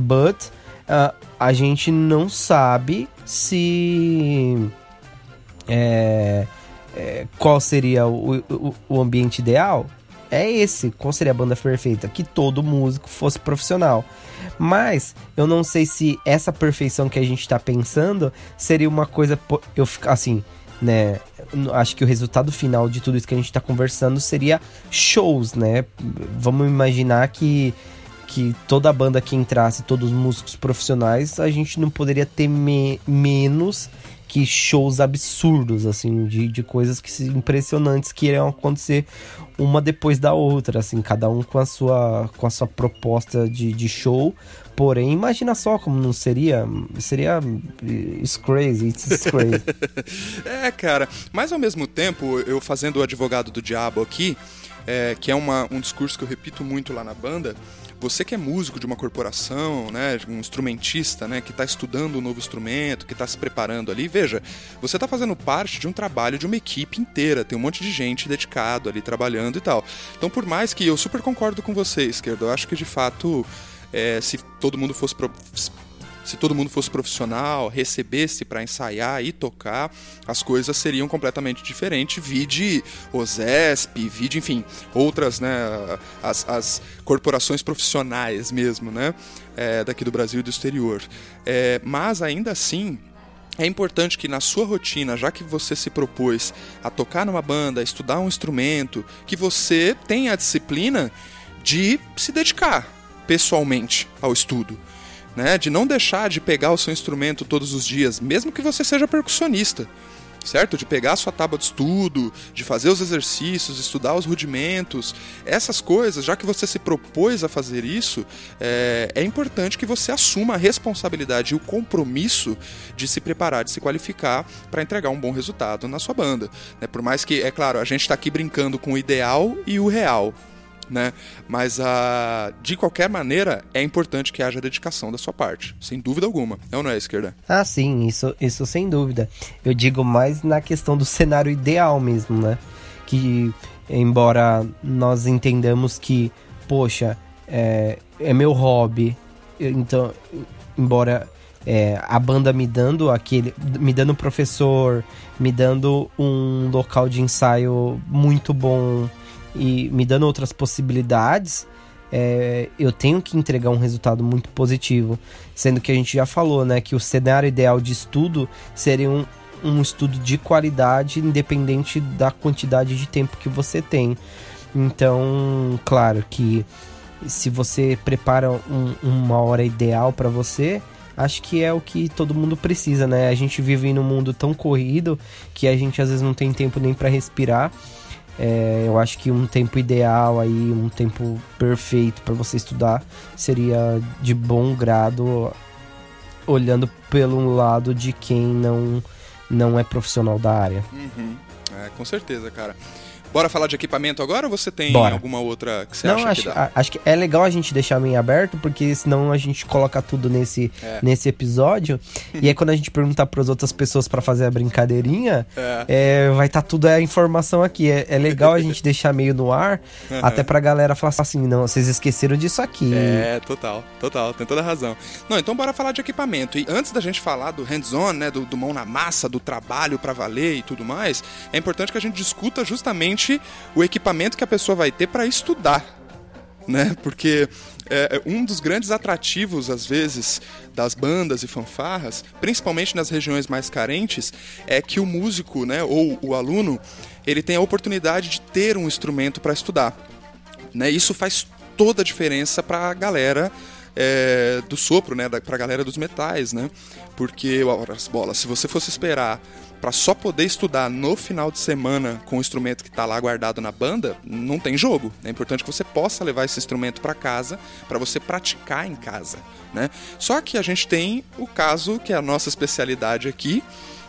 B: a gente não sabe se... qual seria o ambiente ideal? É esse. Qual seria a banda perfeita? Que todo músico fosse profissional. Mas eu não sei se essa perfeição que a gente tá pensando seria uma coisa... assim, né? Acho que o resultado final de tudo isso que a gente tá conversando seria shows, né? Vamos imaginar que toda banda que entrasse, todos os músicos profissionais, a gente não poderia ter menos que shows absurdos, assim, de coisas impressionantes que iriam acontecer uma depois da outra, assim, cada um com a sua proposta de show. Porém, imagina só como não seria. It's crazy.
A: Cara, mas ao mesmo tempo, eu fazendo o advogado do diabo aqui, que é um discurso que eu repito muito lá na banda. Você que é músico de uma corporação, né, um instrumentista, né, que está estudando um novo instrumento, que está se preparando ali, veja, você está fazendo parte de um trabalho de uma equipe inteira, tem um monte de gente dedicado ali trabalhando e tal. Então, por mais que eu super concordo com você, Esquerdo, eu acho que de fato, se todo mundo fosse profissional, recebesse para ensaiar e tocar, as coisas seriam completamente diferentes. Vide OSESP, enfim, outras, né, as corporações profissionais mesmo, né, daqui do Brasil e do exterior. Mas ainda assim, é importante que na sua rotina, já que você se propôs a tocar numa banda, a estudar um instrumento, que você tenha a disciplina de se dedicar pessoalmente ao estudo. Né, de não deixar de pegar o seu instrumento todos os dias, mesmo que você seja percussionista, certo? De pegar a sua tábua de estudo, de fazer os exercícios, estudar os rudimentos, essas coisas, já que você se propôs a fazer isso, é importante que você assuma a responsabilidade e o compromisso de se preparar, de se qualificar para entregar um bom resultado na sua banda. Né? Por mais que, é claro, a gente está aqui brincando com o ideal e o real, né? Mas de qualquer maneira é importante que haja dedicação da sua parte, sem dúvida alguma. É ou não é, Esquerda?
B: Ah, sim, isso sem dúvida. Eu digo mais na questão do cenário ideal mesmo, né? Que embora nós entendamos que, poxa, é meu hobby, então, embora a banda me dando um professor, me dando um local de ensaio muito bom e me dando outras possibilidades, eu tenho que entregar um resultado muito positivo, sendo que a gente já falou, né, que o cenário ideal de estudo seria um estudo de qualidade, independente da quantidade de tempo que você tem. Então, claro que se você prepara uma hora ideal para você, acho que é o que todo mundo precisa, né? A gente vive num mundo tão corrido que a gente às vezes não tem tempo nem para respirar. Eu acho que um tempo ideal aí, um tempo perfeito para você estudar seria de bom grado, olhando pelo lado de quem não é profissional da área.
A: Com certeza, cara. Bora falar de equipamento agora ou você tem alguma outra que você acha que dá?
B: Acho que é legal a gente deixar meio aberto, porque senão a gente coloca tudo nesse episódio. E aí quando a gente perguntar para as outras pessoas para fazer a brincadeirinha, vai estar tudo a informação aqui. É legal a gente deixar meio no ar, até pra galera falar assim, não, vocês esqueceram disso aqui.
A: Total, tem toda a razão. Não, então bora falar de equipamento. E antes da gente falar do hands-on, né, do mão na massa, do trabalho pra valer e tudo mais, é importante que a gente discuta justamente o equipamento que a pessoa vai ter para estudar, né? Porque um dos grandes atrativos, às vezes, das bandas e fanfarras, principalmente nas regiões mais carentes, é que o músico, né, ou o aluno, ele tem a oportunidade de ter um instrumento para estudar, né? Isso faz toda a diferença para a galera do sopro, né, para a galera dos metais, né? Porque, se você fosse esperar para só poder estudar no final de semana com o instrumento que está lá guardado na banda, não tem jogo. É importante que você possa levar esse instrumento para casa, para você praticar em casa, né? Só que a gente tem o caso, que é a nossa especialidade aqui,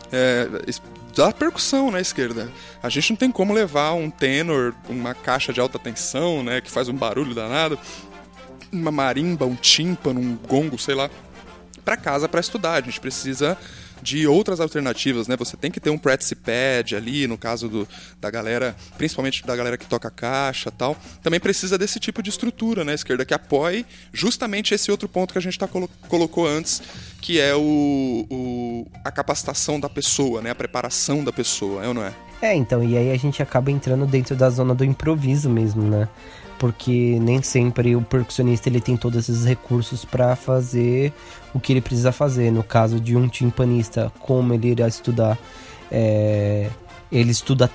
A: da percussão na esquerda. A gente não tem como levar um tenor, uma caixa de alta tensão, né, que faz um barulho danado, uma marimba, um tímpano, um gongo, sei lá, para casa para estudar. A gente precisa de outras alternativas, né? Você tem que ter um practice pad ali, no caso da galera, principalmente da galera que toca caixa e tal. Também precisa desse tipo de estrutura, né, esquerda, que apoie justamente esse outro ponto que a gente colocou antes, que é a capacitação da pessoa, né? A preparação da pessoa, ou não é?
B: Então, e aí a gente acaba entrando dentro da zona do improviso mesmo, né? Porque nem sempre o percussionista ele tem todos esses recursos para fazer o que ele precisa fazer. No caso de um timpanista, como ele irá estudar, ele estuda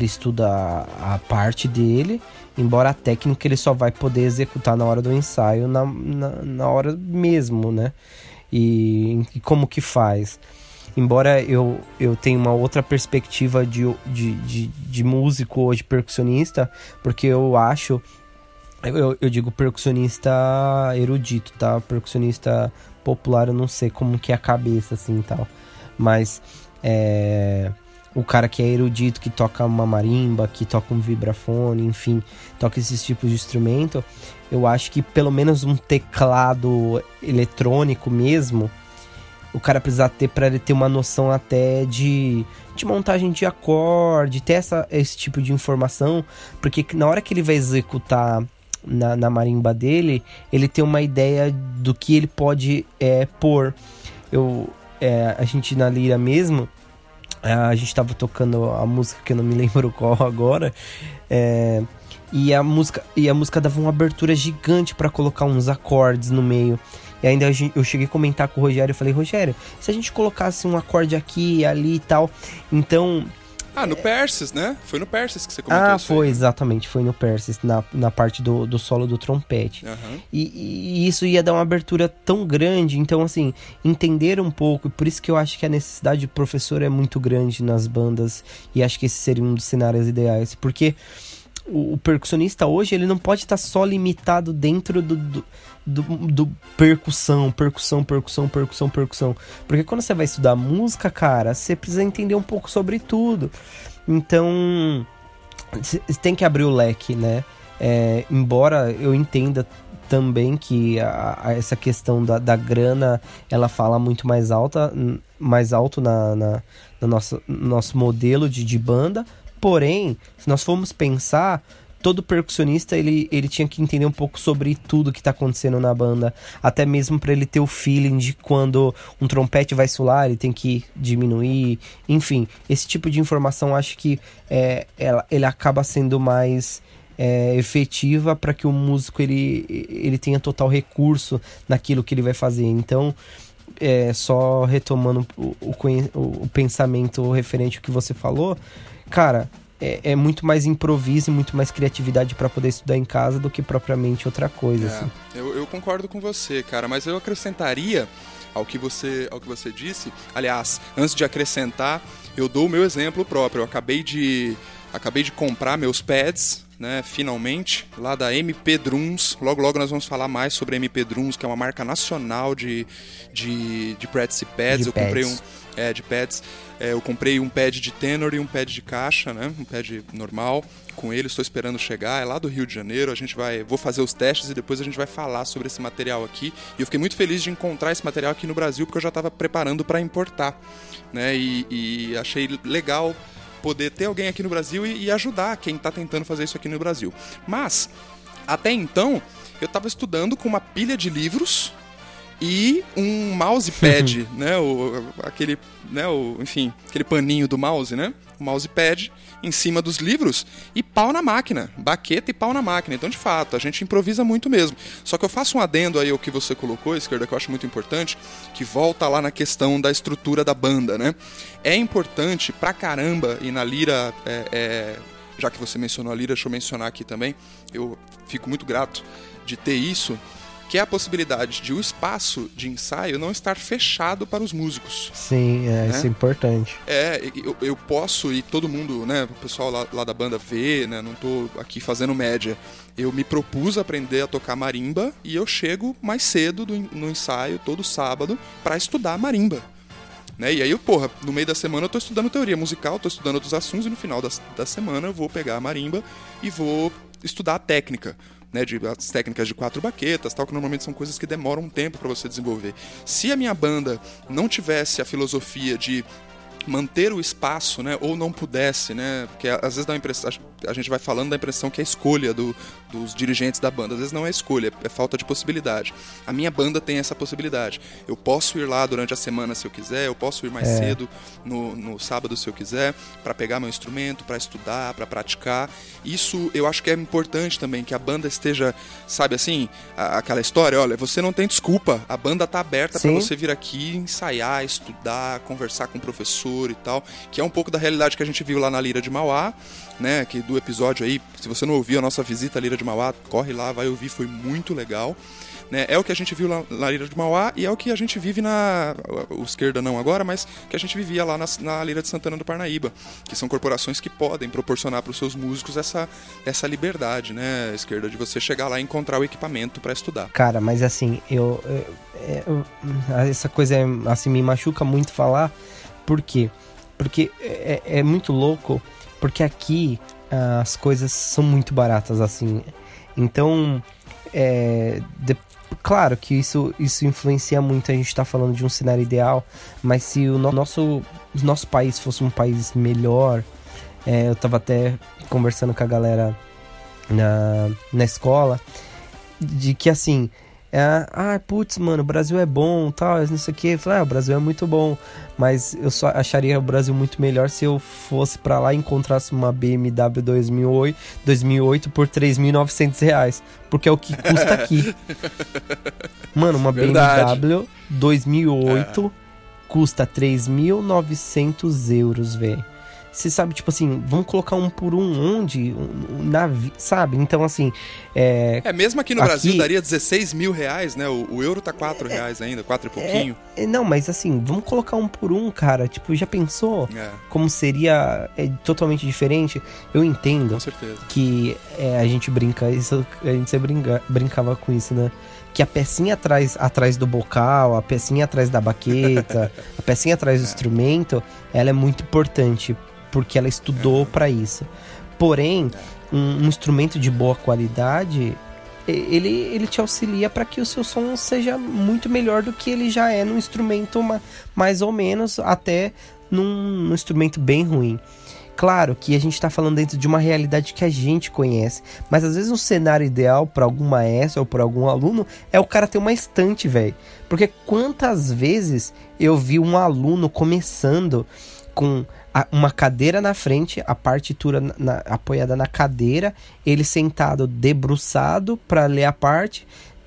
B: a parte dele, embora a técnica ele só vai poder executar na hora do ensaio, na hora mesmo, né? E como que faz? Embora eu tenha uma outra perspectiva de músico ou de percussionista, porque eu acho... Eu digo percussionista erudito, tá? Percussionista popular eu não sei como que é a cabeça, assim, tal. Mas o cara que é erudito, que toca uma marimba, que toca um vibrafone, enfim, toca esses tipos de instrumento, eu acho que pelo menos um teclado eletrônico mesmo, o cara precisa ter para ele ter uma noção até de montagem de acorde, ter esse tipo de informação, porque na hora que ele vai executar na marimba dele, ele tem uma ideia do que ele pode pôr. A gente na lira mesmo, a gente tava tocando a música que eu não me lembro qual agora, e a música dava uma abertura gigante para colocar uns acordes no meio. E ainda eu cheguei a comentar com o Rogério, eu falei, Rogério, se a gente colocasse um acorde aqui, ali e tal, então...
A: no Persis, né? Foi no Persis que você comentou isso.
B: Foi, exatamente, foi no Persis, na parte do solo do trompete.
A: Uhum.
B: E isso ia dar uma abertura tão grande, então, assim, entender um pouco, por isso que eu acho que a necessidade de professor é muito grande nas bandas, e acho que esse seria um dos cenários ideais, porque o percussionista hoje, ele não pode estar só limitado dentro do percussão. Porque quando você vai estudar música, cara, você precisa entender um pouco sobre tudo. Então, você tem que abrir o leque, né? Embora eu entenda também que essa questão da grana, ela fala muito mais alto no nosso modelo de banda. Porém, se nós formos pensar, todo percussionista ele tinha que entender um pouco sobre tudo que está acontecendo na banda, até mesmo para ele ter o feeling de quando um trompete vai solar, ele tem que diminuir, enfim, esse tipo de informação acho que ele acaba sendo mais efetiva para que o músico ele tenha total recurso naquilo que ele vai fazer. Então, só retomando o pensamento referente ao que você falou, cara, é muito mais improviso e muito mais criatividade para poder estudar em casa do que propriamente outra coisa. Assim.
A: Eu concordo com você, cara, mas eu acrescentaria ao que você disse. Aliás, antes de acrescentar, eu dou o meu exemplo próprio. Eu acabei de comprar meus pads, né, finalmente, lá da MP Drums. Logo nós vamos falar mais sobre a MP Drums, que é uma marca nacional de practice pads. Eu comprei de pads. Eu comprei um pad de tenor e um pad de caixa, né? Um pad normal com ele, estou esperando chegar, é lá do Rio de Janeiro. Vou fazer os testes e depois a gente vai falar sobre esse material aqui. E eu fiquei muito feliz de encontrar esse material aqui no Brasil, porque eu já estava preparando para importar, né? E achei legal poder ter alguém aqui no Brasil e ajudar quem está tentando fazer isso aqui no Brasil. Mas, até então, eu estava estudando com uma pilha de livros e um mousepad, né, aquele paninho do mouse, né, o mousepad em cima dos livros e pau na máquina, baqueta e pau na máquina. Então, de fato, a gente improvisa muito mesmo. Só que eu faço um adendo aí ao que você colocou, Esquerda, que eu acho muito importante, que volta lá na questão da estrutura da banda, né? É importante pra caramba, e na lira, já que você mencionou a lira, deixa eu mencionar aqui também, eu fico muito grato de ter isso, que é a possibilidade de o espaço de ensaio não estar fechado para os músicos.
B: Sim, né? Isso é importante.
A: Eu posso, e todo mundo, né, o pessoal lá da banda vê, né, não tô aqui fazendo média, eu me propus aprender a tocar marimba e eu chego mais cedo no ensaio, todo sábado, para estudar marimba. Né? E aí, no meio da semana eu tô estudando teoria musical, tô estudando outros assuntos e no final da semana eu vou pegar a marimba e vou estudar a técnica. Né, as técnicas de 4 baquetas, tal, que normalmente são coisas que demoram um tempo para você desenvolver. Se a minha banda não tivesse a filosofia de manter o espaço, né, ou não pudesse, né, porque às vezes dá uma impressão, a gente vai falando da impressão que é a escolha dos dirigentes da banda, às vezes não é escolha, é falta de possibilidade. A minha banda tem essa possibilidade. Eu posso ir lá durante a semana se eu quiser, eu posso ir mais cedo no sábado se eu quiser, para pegar meu instrumento, para estudar, para praticar. Isso eu acho que é importante também, que a banda esteja, sabe assim, aquela história, olha, você não tem desculpa, a banda tá aberta para você vir aqui ensaiar, estudar, conversar com o professor e tal, que é um pouco da realidade que a gente viu lá na Lira de Mauá, né, que do episódio aí, se você não ouviu a nossa visita à Lira de Mauá, corre lá, vai ouvir, foi muito legal. Né, é o que a gente viu lá na Lira de Mauá e é o que a gente vive o Esquerda não agora, mas que a gente vivia lá na Lira de Santana do Parnaíba, que são corporações que podem proporcionar para os seus músicos essa liberdade, né, Esquerda, de você chegar lá e encontrar o equipamento para estudar.
B: Cara, mas assim, essa coisa assim, me machuca muito falar. Por quê? Porque é muito louco, porque aqui as coisas são muito baratas, assim. Então, claro que isso influencia muito, a gente tá falando de um cenário ideal, mas se o nosso país fosse um país melhor, eu tava até conversando com a galera na escola, de que assim... putz, mano, o Brasil é bom, tal, não sei o que. Eu falei, o Brasil é muito bom, mas eu só acharia o Brasil muito melhor se eu fosse pra lá e encontrasse uma BMW 2008 por R$3.900, porque é o que custa aqui. Mano, uma BMW 2008 custa 3.900 euros, velho. Você sabe, tipo assim, vamos colocar um por onde? Sabe? Então, assim...
A: mesmo aqui no Brasil daria 16 mil reais, né? O euro tá 4 reais ainda, 4 e pouquinho.
B: Não, mas assim, vamos colocar um por cara. Tipo, já pensou como seria totalmente diferente? Eu entendo que a gente brinca, isso, a gente sempre brincava com isso, né? Que a pecinha atrás do bocal, a pecinha atrás da baqueta, a pecinha atrás do instrumento, ela é muito importante, porque ela estudou para isso. Porém, um instrumento de boa qualidade, ele te auxilia para que o seu som seja muito melhor do que ele já é num instrumento mais ou menos, até num instrumento bem ruim. Claro que a gente está falando dentro de uma realidade que a gente conhece, mas às vezes um cenário ideal para algum maestro ou para algum aluno é o cara ter uma estante, velho. Porque quantas vezes eu vi um aluno começando com uma cadeira na frente, a partitura apoiada na cadeira, ele sentado debruçado para ler a parte,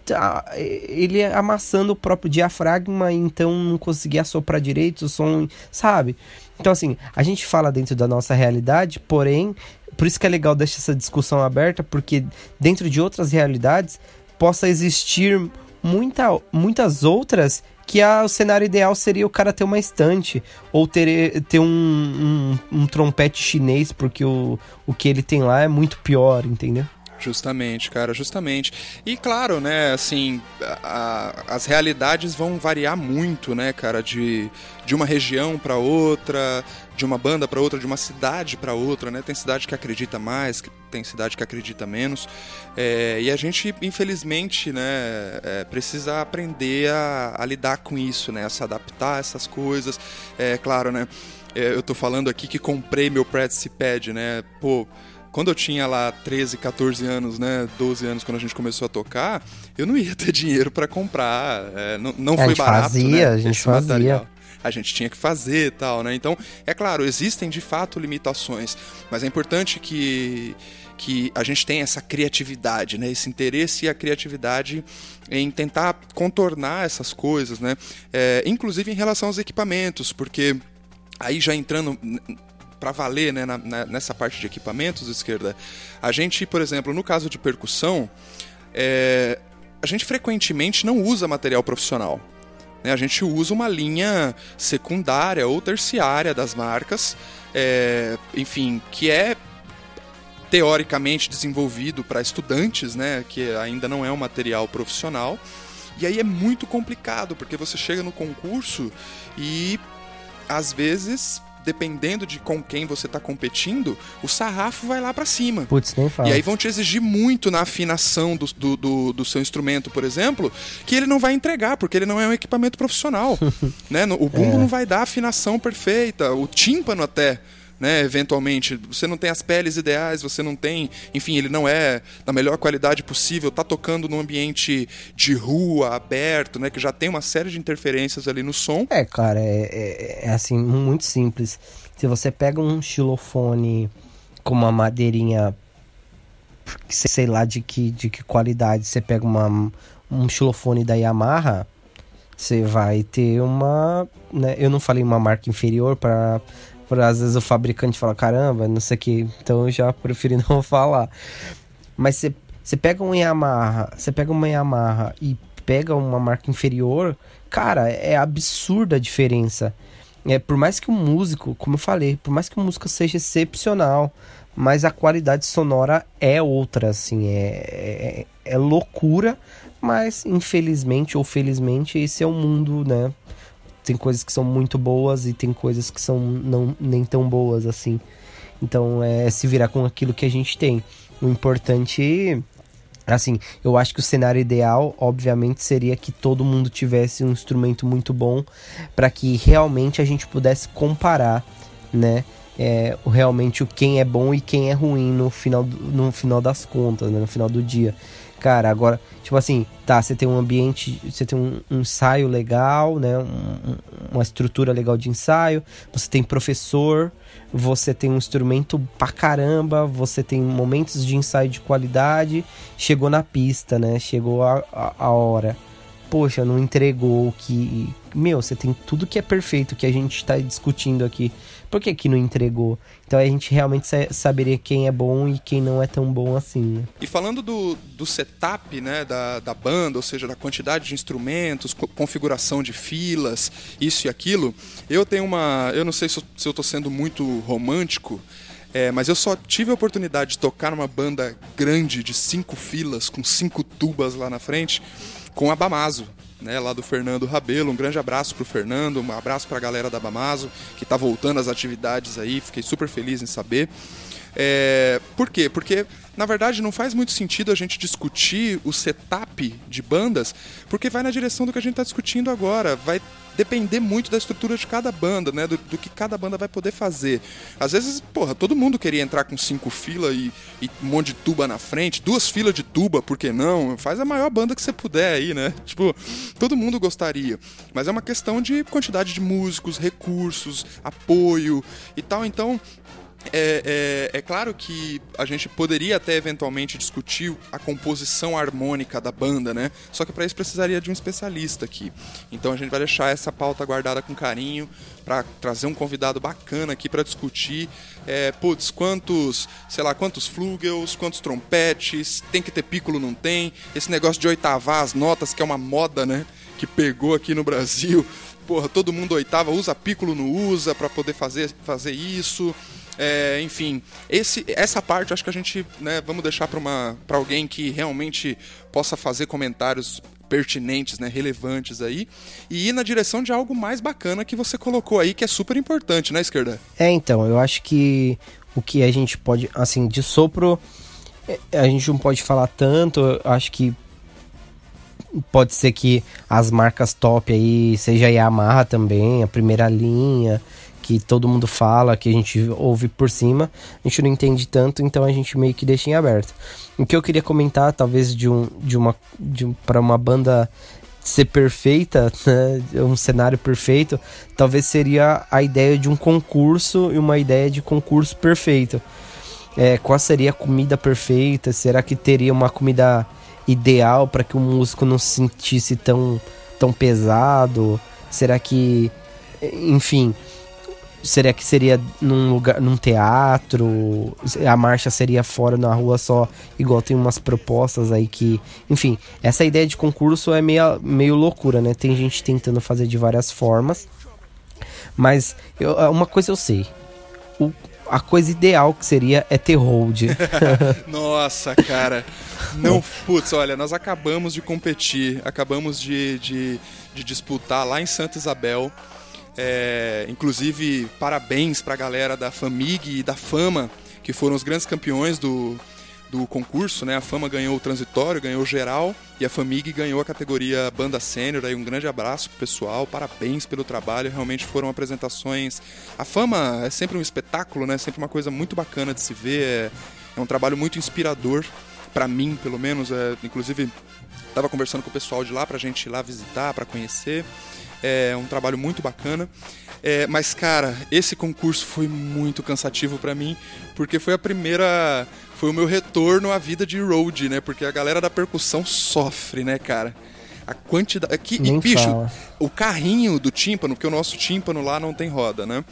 B: ele amassando o próprio diafragma, então não conseguia assoprar direito o som, sabe? Então assim, a gente fala dentro da nossa realidade, porém, por isso que é legal deixar essa discussão aberta, porque dentro de outras realidades possa existir muitas outras que o cenário ideal seria o cara ter uma estante ou ter um trompete chinês, porque o que ele tem lá é muito pior, entendeu?
A: Justamente, cara, justamente. E claro, né, assim, as realidades vão variar muito, né, cara, de uma região para outra, de uma banda para outra, de uma cidade para outra, né? Tem cidade que acredita mais, tem cidade que acredita menos. E a gente, infelizmente, né, precisa aprender a lidar com isso, né, a se adaptar a essas coisas. Claro, né, eu tô falando aqui que comprei meu Practice Pad, né, quando eu tinha lá 13, 14 anos, né, 12 anos, quando a gente começou a tocar, eu não ia ter dinheiro pra comprar, não foi barato,
B: fazia,
A: né,
B: a gente
A: esse
B: fazia.
A: material. A gente tinha que fazer e tal, né? Então, é claro, existem de fato limitações, mas é importante que a gente tenha essa criatividade, né? Esse interesse e a criatividade em tentar contornar essas coisas, né? Inclusive em relação aos equipamentos, porque aí já entrando para valer, né, nessa parte de equipamentos, Esquerda, a gente, por exemplo, no caso de percussão, a gente frequentemente não usa material profissional. A gente usa uma linha secundária ou terciária das marcas, enfim, que é teoricamente desenvolvido para estudantes, né, que ainda não é um material profissional. E aí é muito complicado, porque você chega no concurso e, às vezes, dependendo de com quem você está competindo, o sarrafo vai lá para cima.
B: Putz, nem fala.
A: E aí vão te exigir muito na afinação do seu instrumento, por exemplo, que ele não vai entregar, porque ele não é um equipamento profissional. Né? O bumbo não vai dar a afinação perfeita, o tímpano até, né? Eventualmente, você não tem as peles ideais, você não tem, enfim, ele não é da melhor qualidade possível, tá tocando num ambiente de rua, aberto, né? Que já tem uma série de interferências ali no som.
B: Cara, é assim, muito simples. Se você pega um xilofone com uma madeirinha, sei lá de que qualidade, você pega um xilofone da Yamaha, você vai ter uma, né? Eu não falei uma marca inferior para às vezes o fabricante fala, caramba, não sei o que, então eu já preferi não falar. Mas você pega uma Yamaha e pega uma marca inferior, cara, é absurda a diferença. Por mais que o músico, como eu falei, por mais que o músico seja excepcional, mas a qualidade sonora é outra, assim, é loucura, mas infelizmente ou felizmente esse é o mundo, né? Tem coisas que são muito boas e tem coisas que são nem tão boas assim. Então é se virar com aquilo que a gente tem. O importante, assim, eu acho que o cenário ideal, obviamente, seria que todo mundo tivesse um instrumento muito bom para que realmente a gente pudesse comparar, né? Realmente quem é bom e quem é ruim no final das contas, né? No final do dia. Cara, agora, tipo assim, tá, você tem um ambiente, você tem um ensaio legal, né, uma estrutura legal de ensaio, você tem professor, você tem um instrumento pra caramba, você tem momentos de ensaio de qualidade, chegou na pista, né, chegou a hora. Poxa, não entregou o que... Meu, você tem tudo que é perfeito que a gente tá discutindo aqui. Por que não entregou? Então a gente realmente saberia quem é bom e quem não é tão bom assim, né?
A: E falando do setup, né, da banda, ou seja, da quantidade de instrumentos, configuração de filas, isso e aquilo, eu tenho eu não sei se eu tô sendo muito romântico, mas eu só tive a oportunidade de tocar numa banda grande de 5 filas, com 5 tubas lá na frente, com a Bamazo, né, lá do Fernando Rabelo. Um grande abraço pro Fernando, um abraço pra galera da Bamazo, que tá voltando às atividades aí, fiquei super feliz em saber. Por quê? Porque, na verdade, não faz muito sentido a gente discutir o setup de bandas, porque vai na direção do que a gente tá discutindo agora, vai depender muito da estrutura de cada banda, né, do que cada banda vai poder fazer. Às vezes, porra, todo mundo queria entrar com 5 filas e um monte de tuba na frente, 2 filas de tuba, por que não? Faz a maior banda que você puder aí, né? Tipo, todo mundo gostaria. Mas é uma questão de quantidade de músicos, recursos, apoio e tal, então... É claro que a gente poderia até eventualmente discutir a composição harmônica da banda, né? Só que para isso precisaria de um especialista aqui. Então a gente vai deixar essa pauta guardada com carinho para trazer um convidado bacana aqui para discutir. Quantos flugels, quantos trompetes, tem que ter piccolo, não tem? Esse negócio de oitavar as notas, que é uma moda, né? Que pegou aqui no Brasil. Porra, todo mundo oitava, usa piccolo, não usa para poder fazer isso. Enfim, essa parte eu acho que a gente, né, vamos deixar para alguém que realmente possa fazer comentários pertinentes, né, relevantes aí, e ir na direção de algo mais bacana que você colocou aí, que é super importante, né, Esquerda?
B: Então, eu acho que o que a gente pode, assim, de sopro, a gente não pode falar tanto, eu acho que pode ser que as marcas top aí, seja a Yamaha também, a primeira linha, que todo mundo fala, que a gente ouve por cima, a gente não entende tanto, então a gente meio que deixa em aberto. O que eu queria comentar, talvez para uma banda ser perfeita, né, um cenário perfeito, talvez seria a ideia de um concurso e uma ideia de concurso perfeito. Qual seria a comida perfeita? Será que teria uma comida ideal para que o músico não se sentisse tão pesado? Será que, enfim, será que seria num teatro? A marcha seria fora na rua só, igual tem umas propostas aí que... Enfim, essa ideia de concurso é meio loucura, né? Tem gente tentando fazer de várias formas, mas uma coisa eu sei, a coisa ideal que seria é ter hold.
A: Nossa, cara. Não, putz, olha, nós acabamos de competir, acabamos de disputar lá em Santa Isabel. Inclusive, parabéns pra galera da Famig e da Fama, que foram os grandes campeões do concurso, né? A Fama ganhou o transitório, ganhou o geral, e a Famig ganhou a categoria banda sênior. Aí um grande abraço pro pessoal, parabéns pelo trabalho, realmente foram apresentações. A Fama é sempre um espetáculo, né? Sempre uma coisa muito bacana de se ver, é um trabalho muito inspirador, pra mim, pelo menos. Inclusive, tava conversando com o pessoal de lá pra gente ir lá visitar, pra conhecer. É um trabalho muito bacana. Mas, cara, esse concurso foi muito cansativo pra mim, porque foi o meu retorno à vida de road, né? Porque a galera da percussão sofre, né, cara? A quantidade... E, bicho, o carrinho do tímpano, porque o nosso tímpano lá não tem roda, né?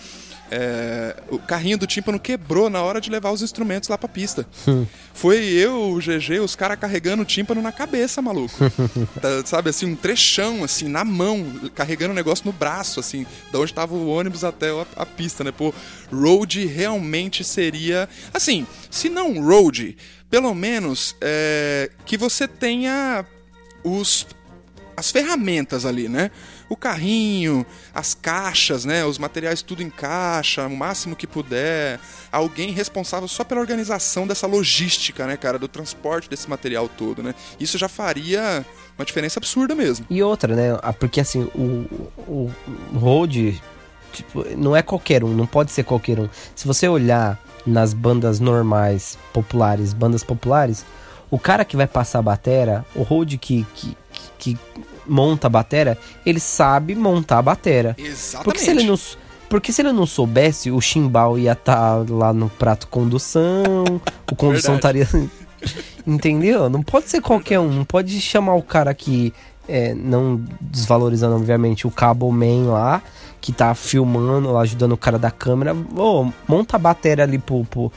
A: O carrinho do tímpano quebrou na hora de levar os instrumentos lá pra pista. Foi eu, o GG, os caras carregando o tímpano na cabeça, maluco. Sabe, assim, um trechão, assim, na mão, carregando o negócio no braço, assim, da onde tava o ônibus até a pista, né? Pô, road realmente seria... Assim, se não road, pelo menos que você tenha as ferramentas ali, né? O carrinho, as caixas, né? Os materiais tudo em caixa, o máximo que puder. Alguém responsável só pela organização dessa logística, né, cara? Do transporte desse material todo, né? Isso já faria uma diferença absurda mesmo.
B: E outra, né? Porque assim, o road, tipo, não é qualquer um, não pode ser qualquer um. Se você olhar nas bandas normais, bandas populares, o cara que vai passar a batera, o road que monta a batera, ele sabe montar a batera.
A: Exatamente.
B: Porque se ele não soubesse, o chimbal ia estar lá no prato condução, o condução estaria... Entendeu? Não pode ser qualquer um, não pode chamar o cara que, não desvalorizando obviamente o caboman lá, que tá filmando, ajudando o cara da câmera, monta a batera ali pro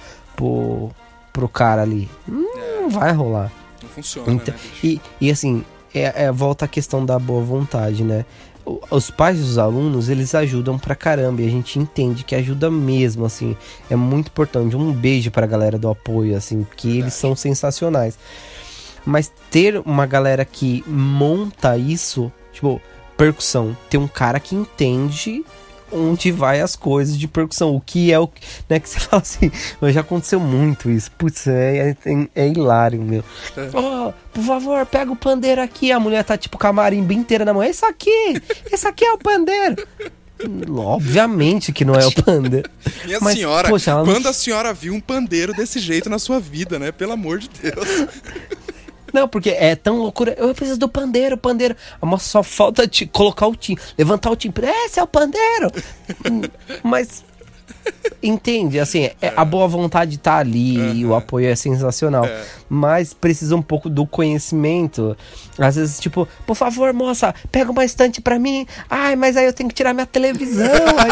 B: cara ali. Não vai rolar.
A: Não funciona, né, bicho?
B: E assim... volta a questão da boa vontade, né? Os pais dos alunos, eles ajudam pra caramba, e a gente entende que ajuda mesmo, assim, é muito importante. Um beijo pra galera do apoio, assim, porque eles são sensacionais. Mas ter uma galera que monta isso, tipo, percussão, ter um cara que entende onde vai as coisas de percussão, o que é o... Né, que você fala assim, já aconteceu muito isso, putz, é hilário, meu. Por favor, pega o pandeiro aqui, a mulher tá tipo com a marimba inteira na mão, esse aqui é o pandeiro. Obviamente que não é o pandeiro.
A: Minha senhora, poxa, quando a senhora viu um pandeiro desse jeito na sua vida, né, pelo amor de Deus.
B: Não, porque é tão loucura. Eu preciso do pandeiro. Mas só falta colocar o timbre, levantar o timbre. Esse é o pandeiro. Mas, entende? Assim, a boa vontade tá ali e o apoio é sensacional. Mas precisa um pouco do conhecimento. Às vezes, tipo, por favor, moça, pega uma estante pra mim. Ai, mas aí eu tenho que tirar minha televisão.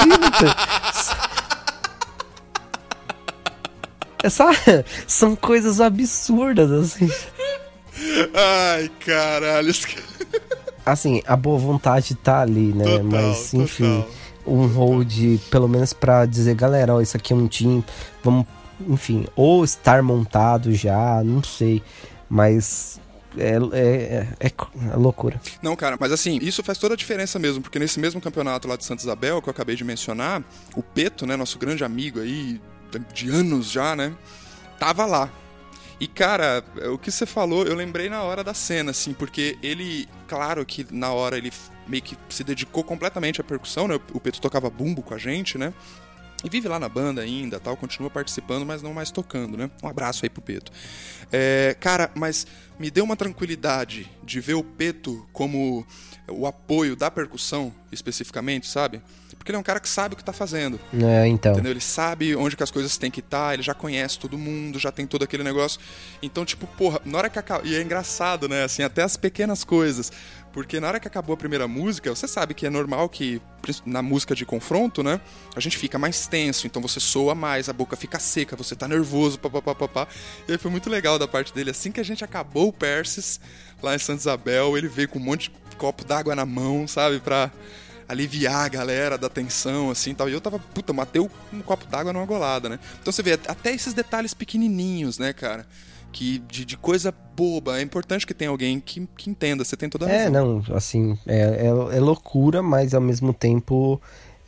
B: São coisas absurdas, assim.
A: Ai, caralho.
B: Assim, a boa vontade tá ali, né?
A: Total,
B: mas, enfim, um hold, pelo menos pra dizer, galera, ó, isso aqui é um time, vamos, enfim, ou estar montado já, não sei, mas é loucura.
A: Não, cara, mas assim, isso faz toda a diferença mesmo, porque nesse mesmo campeonato lá de Santa Isabel, que eu acabei de mencionar, o Peto, né, nosso grande amigo aí, de anos já, né, tava lá. E, cara, o que você falou, eu lembrei na hora da cena, assim, porque ele, claro que na hora ele meio que se dedicou completamente à percussão, né? O Peto tocava bumbo com a gente, né? E vive lá na banda ainda, tal, continua participando, mas não mais tocando, né? Um abraço aí pro Peto. Cara, mas me deu uma tranquilidade de ver o Peto como o apoio da percussão, especificamente, sabe? Porque ele é um cara que sabe o que tá fazendo.
B: Então.
A: Entendeu? Ele sabe onde que as coisas têm que estar, ele já conhece todo mundo, já tem todo aquele negócio. Então, tipo, porra, na hora que acaba... E é engraçado, né? Assim, até as pequenas coisas. Porque na hora que acabou a primeira música, você sabe que é normal que, na música de confronto, né? A gente fica mais tenso, então você soa mais, a boca fica seca, você tá nervoso, papapá. E aí foi muito legal da parte dele. Assim que a gente acabou o Perses, lá em Santa Isabel, ele veio com um monte de copo d'água na mão, sabe? Pra aliviar a galera da tensão, assim, tal. E eu tava, matei um copo d'água numa golada, né? Então você vê, até esses detalhes pequenininhos, né, cara? Que de coisa boba. É importante que tenha alguém que entenda. Você tem toda a razão.
B: Não, assim, é loucura, mas ao mesmo tempo,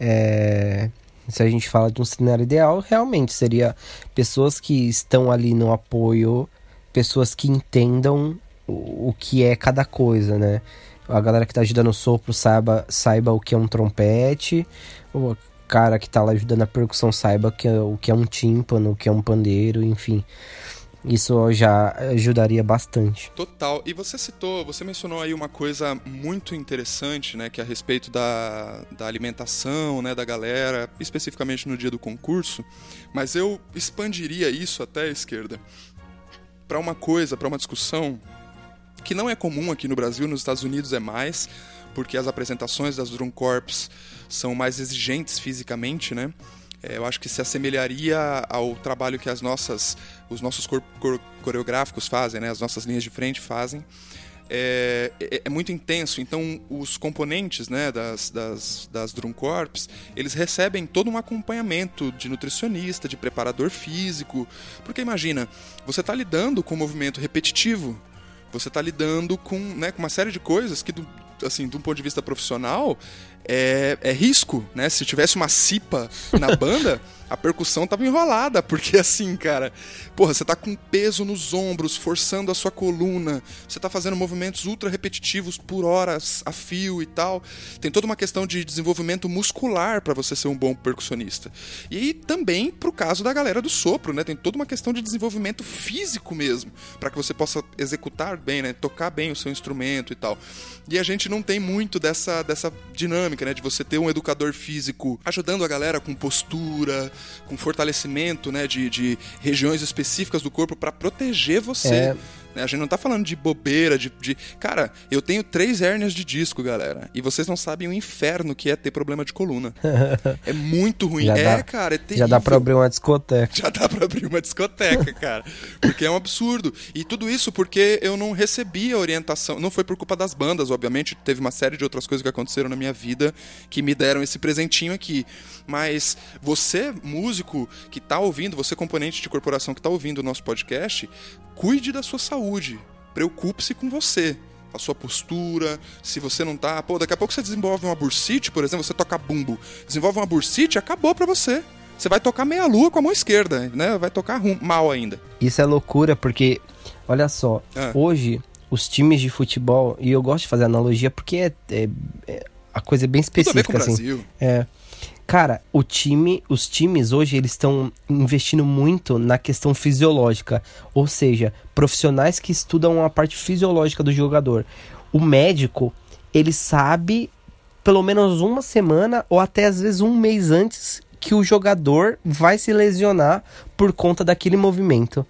B: se a gente fala de um cenário ideal, realmente seria pessoas que estão ali no apoio, pessoas que entendam o que é cada coisa, né? A galera que tá ajudando o sopro saiba o que é um trompete, o cara que tá lá ajudando a percussão saiba o que é um tímpano, o que é um pandeiro, enfim. Isso já ajudaria bastante.
A: Total. E você mencionou aí uma coisa muito interessante, né, que é a respeito da alimentação, né, da galera, especificamente no dia do concurso, mas eu expandiria isso até a esquerda para uma discussão que não é comum aqui no Brasil, nos Estados Unidos é mais, porque as apresentações das Drum Corps são mais exigentes fisicamente, né? Eu acho que se assemelharia ao trabalho que os nossos coreográficos fazem, né? As nossas linhas de frente fazem. É muito intenso, então os componentes, né, das Drum Corps, eles recebem todo um acompanhamento de nutricionista, de preparador físico, porque imagina, você está lidando com um movimento repetitivo, você está lidando com, né, com uma série de coisas que, assim, de um ponto de vista profissional, é risco, né? Se tivesse uma cipa na banda, a percussão tava enrolada, porque assim, cara, porra, você tá com peso nos ombros, forçando a sua coluna, você tá fazendo movimentos ultra repetitivos por horas a fio e tal. Tem toda uma questão de desenvolvimento muscular pra você ser um bom percussionista. E também pro caso da galera do sopro, né? Tem toda uma questão de desenvolvimento físico mesmo, pra que você possa executar bem, né? Tocar bem o seu instrumento e tal. E a gente não tem muito dessa dinâmica, né? De você ter um educador físico ajudando a galera com postura, com fortalecimento, né, de regiões específicas do corpo para proteger você. A gente não tá falando de bobeira, Cara, eu tenho 3 hérnias de disco, galera. E vocês não sabem o inferno que é ter problema de coluna. É muito ruim. Cara, é terrível.
B: Já dá pra abrir uma discoteca.
A: Já dá pra abrir uma discoteca, cara. Porque é um absurdo. E tudo isso porque eu não recebi a orientação. Não foi por culpa das bandas, obviamente. Teve uma série de outras coisas que aconteceram na minha vida que me deram esse presentinho aqui. Mas você, músico que tá ouvindo, você, componente de corporação que tá ouvindo o nosso podcast, cuide da sua saúde, preocupe-se com você, a sua postura, se você não tá... daqui a pouco você desenvolve uma bursite, por exemplo, você toca bumbo, desenvolve uma bursite, acabou pra você. Você vai tocar meia lua com a mão esquerda, né? Vai tocar mal ainda.
B: Isso é loucura, porque, olha só, hoje os times de futebol, e eu gosto de fazer analogia porque a coisa é bem específica.
A: Tudo a ver com o Brasil.
B: Cara, os times hoje, eles estão investindo muito na questão fisiológica. Ou seja, profissionais que estudam a parte fisiológica do jogador. O médico, ele sabe pelo menos uma semana ou até às vezes um mês antes que o jogador vai se lesionar por conta daquele movimento.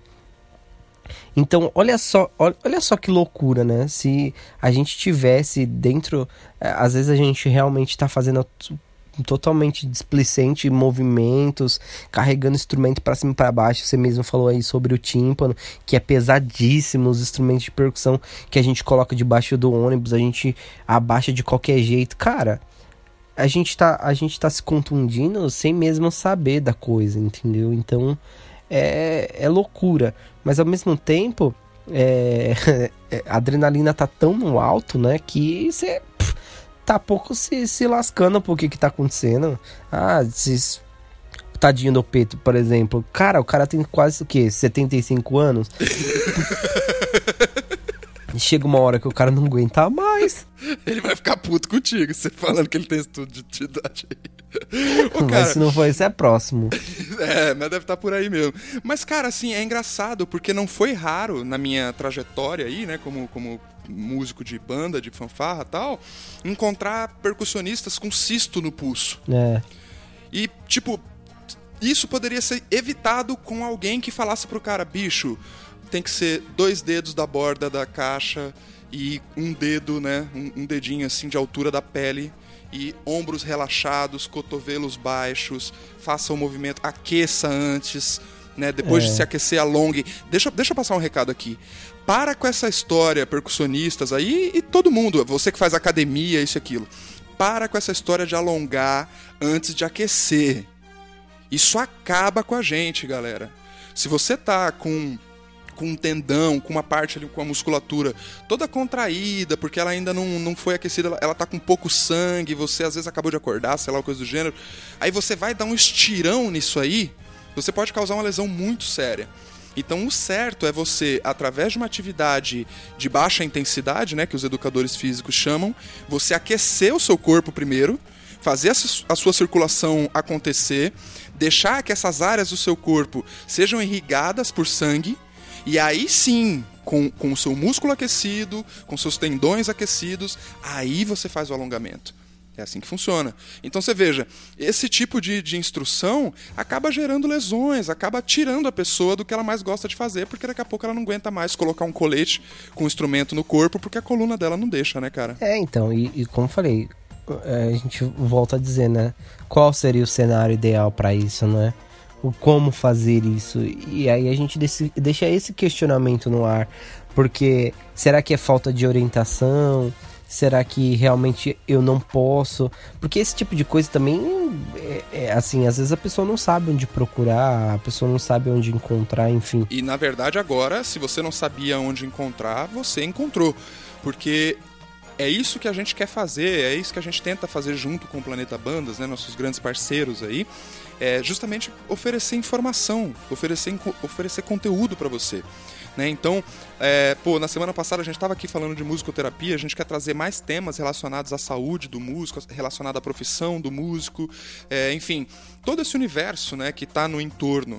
B: Então, olha só que loucura, né? Se a gente tivesse dentro... Às vezes a gente realmente tá fazendo totalmente displicente, movimentos, carregando instrumento para cima e para baixo. Você mesmo falou aí sobre o tímpano, que é pesadíssimo, os instrumentos de percussão que a gente coloca debaixo do ônibus, a gente abaixa de qualquer jeito. Cara, a gente tá se contundindo sem mesmo saber da coisa, entendeu? Então, é loucura. Mas ao mesmo tempo, a adrenalina tá tão no alto, né, que você tá pouco se lascando por que tá acontecendo. Tadinho do Peto, por exemplo. Cara, o cara tem quase o quê? 75 anos? Chega uma hora que o cara não aguenta mais.
A: Ele vai ficar puto contigo, você falando que ele tem estudo de idade aí.
B: Ô, cara, mas se não for isso, é próximo.
A: Mas deve estar por aí mesmo. Mas, cara, assim, é engraçado, porque não foi raro na minha trajetória aí, né, como músico de banda, de fanfarra e tal, encontrar percussionistas com cisto no pulso. E, tipo, isso poderia ser evitado com alguém que falasse pro cara, bicho, tem que ser 2 dedos da borda da caixa e um dedo, né, um dedinho assim de altura da pele e ombros relaxados, cotovelos baixos, faça o movimento, aqueça antes, né, depois de se aquecer, alongue. Deixa eu passar um recado aqui. Para com essa história, percussionistas aí e todo mundo, você que faz academia, isso e aquilo. Para com essa história de alongar antes de aquecer. Isso acaba com a gente, galera. Se você tá com um tendão, com uma parte ali, com a musculatura toda contraída, porque ela ainda não foi aquecida, ela tá com pouco sangue, você às vezes acabou de acordar, sei lá, coisa do gênero, aí você vai dar um estirão nisso aí, você pode causar uma lesão muito séria. Então o certo é você, através de uma atividade de baixa intensidade, né, que os educadores físicos chamam, você aquecer o seu corpo primeiro, fazer a sua circulação acontecer, deixar que essas áreas do seu corpo sejam irrigadas por sangue, e aí sim, com o seu músculo aquecido, com seus tendões aquecidos, aí você faz o alongamento. É assim que funciona. Então você veja, esse tipo de instrução acaba gerando lesões, acaba tirando a pessoa do que ela mais gosta de fazer, porque daqui a pouco ela não aguenta mais colocar um colete com um instrumento no corpo, porque a coluna dela não deixa, né, cara?
B: Então, e como eu falei, a gente volta a dizer, né? Qual seria o cenário ideal para isso, né? O como fazer isso. E aí a gente deixa esse questionamento no ar. Porque será que é falta de orientação? Será que realmente eu não posso? Porque esse tipo de coisa também assim, às vezes a pessoa não sabe onde procurar, a pessoa não sabe onde encontrar, enfim.
A: E na verdade agora, se você não sabia onde encontrar, você encontrou. Porque é isso que a gente quer fazer, é isso que a gente tenta fazer junto com o Planeta Bandas, né, nossos grandes parceiros aí, é justamente oferecer informação, oferecer conteúdo para você. Né? Então, na semana passada a gente estava aqui falando de musicoterapia, a gente quer trazer mais temas relacionados à saúde do músico, relacionado à profissão do músico, enfim, todo esse universo, né, que está no entorno